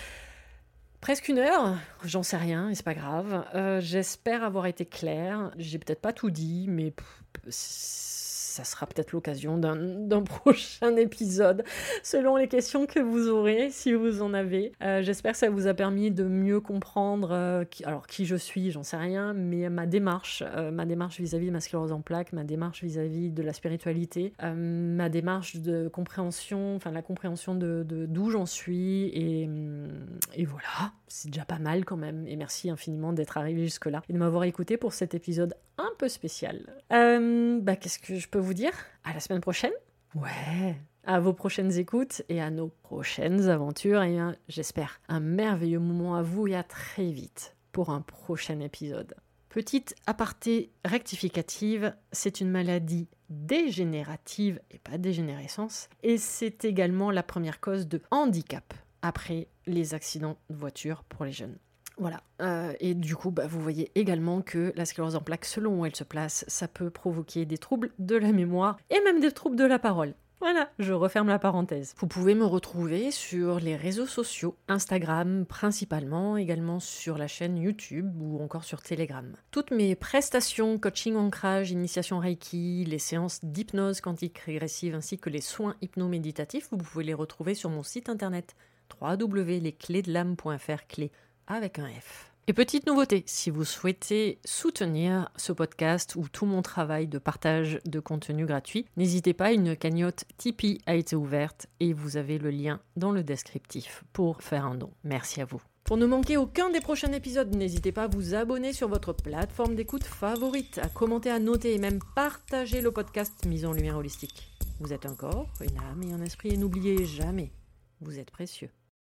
Presque une heure, j'en sais rien et c'est pas grave. Euh, j'espère avoir été claire. J'ai peut-être pas tout dit, mais pff, ça sera peut-être l'occasion d'un, d'un prochain épisode, selon les questions que vous aurez, si vous en avez. Euh, j'espère que ça vous a permis de mieux comprendre euh, qui, alors, qui je suis, j'en sais rien, mais ma démarche, euh, ma démarche vis-à-vis de ma sclérose en plaques, ma démarche vis-à-vis de la spiritualité, euh, ma démarche de compréhension, enfin la compréhension de, de, d'où j'en suis, et, et voilà, c'est déjà pas mal quand même. Et merci infiniment d'être arrivé jusque-là et de m'avoir écouté pour cet épisode un peu spécial. Euh, bah, qu'est-ce que je peux vous dire ? À la semaine prochaine ? Ouais, à vos prochaines écoutes et à nos prochaines aventures, et un, j'espère un merveilleux moment à vous, et à très vite pour un prochain épisode. Petite aparté rectificative, c'est une maladie dégénérative et pas dégénérescence, et c'est également la première cause de handicap après les accidents de voiture pour les jeunes. Voilà, euh, et du coup, bah, vous voyez également que la sclérose en plaques, selon où elle se place, ça peut provoquer des troubles de la mémoire et même des troubles de la parole. Voilà, je referme la parenthèse. Vous pouvez me retrouver sur les réseaux sociaux, Instagram principalement, également sur la chaîne YouTube ou encore sur Telegram. Toutes mes prestations, coaching ancrage, initiation Reiki, les séances d'hypnose quantique régressive ainsi que les soins hypnoméditatifs, vous pouvez les retrouver sur mon site internet w w w point les clés de l'âme point f r, clés avec un F. Et petite nouveauté, si vous souhaitez soutenir ce podcast ou tout mon travail de partage de contenu gratuit, n'hésitez pas, une cagnotte Tipeee a été ouverte et vous avez le lien dans le descriptif pour faire un don. Merci à vous. Pour ne manquer aucun des prochains épisodes, n'hésitez pas à vous abonner sur votre plateforme d'écoute favorite, à commenter, à noter et même partager le podcast Mise en Lumière Holistique. Vous êtes un corps, une âme et un esprit, et n'oubliez jamais, vous êtes précieux.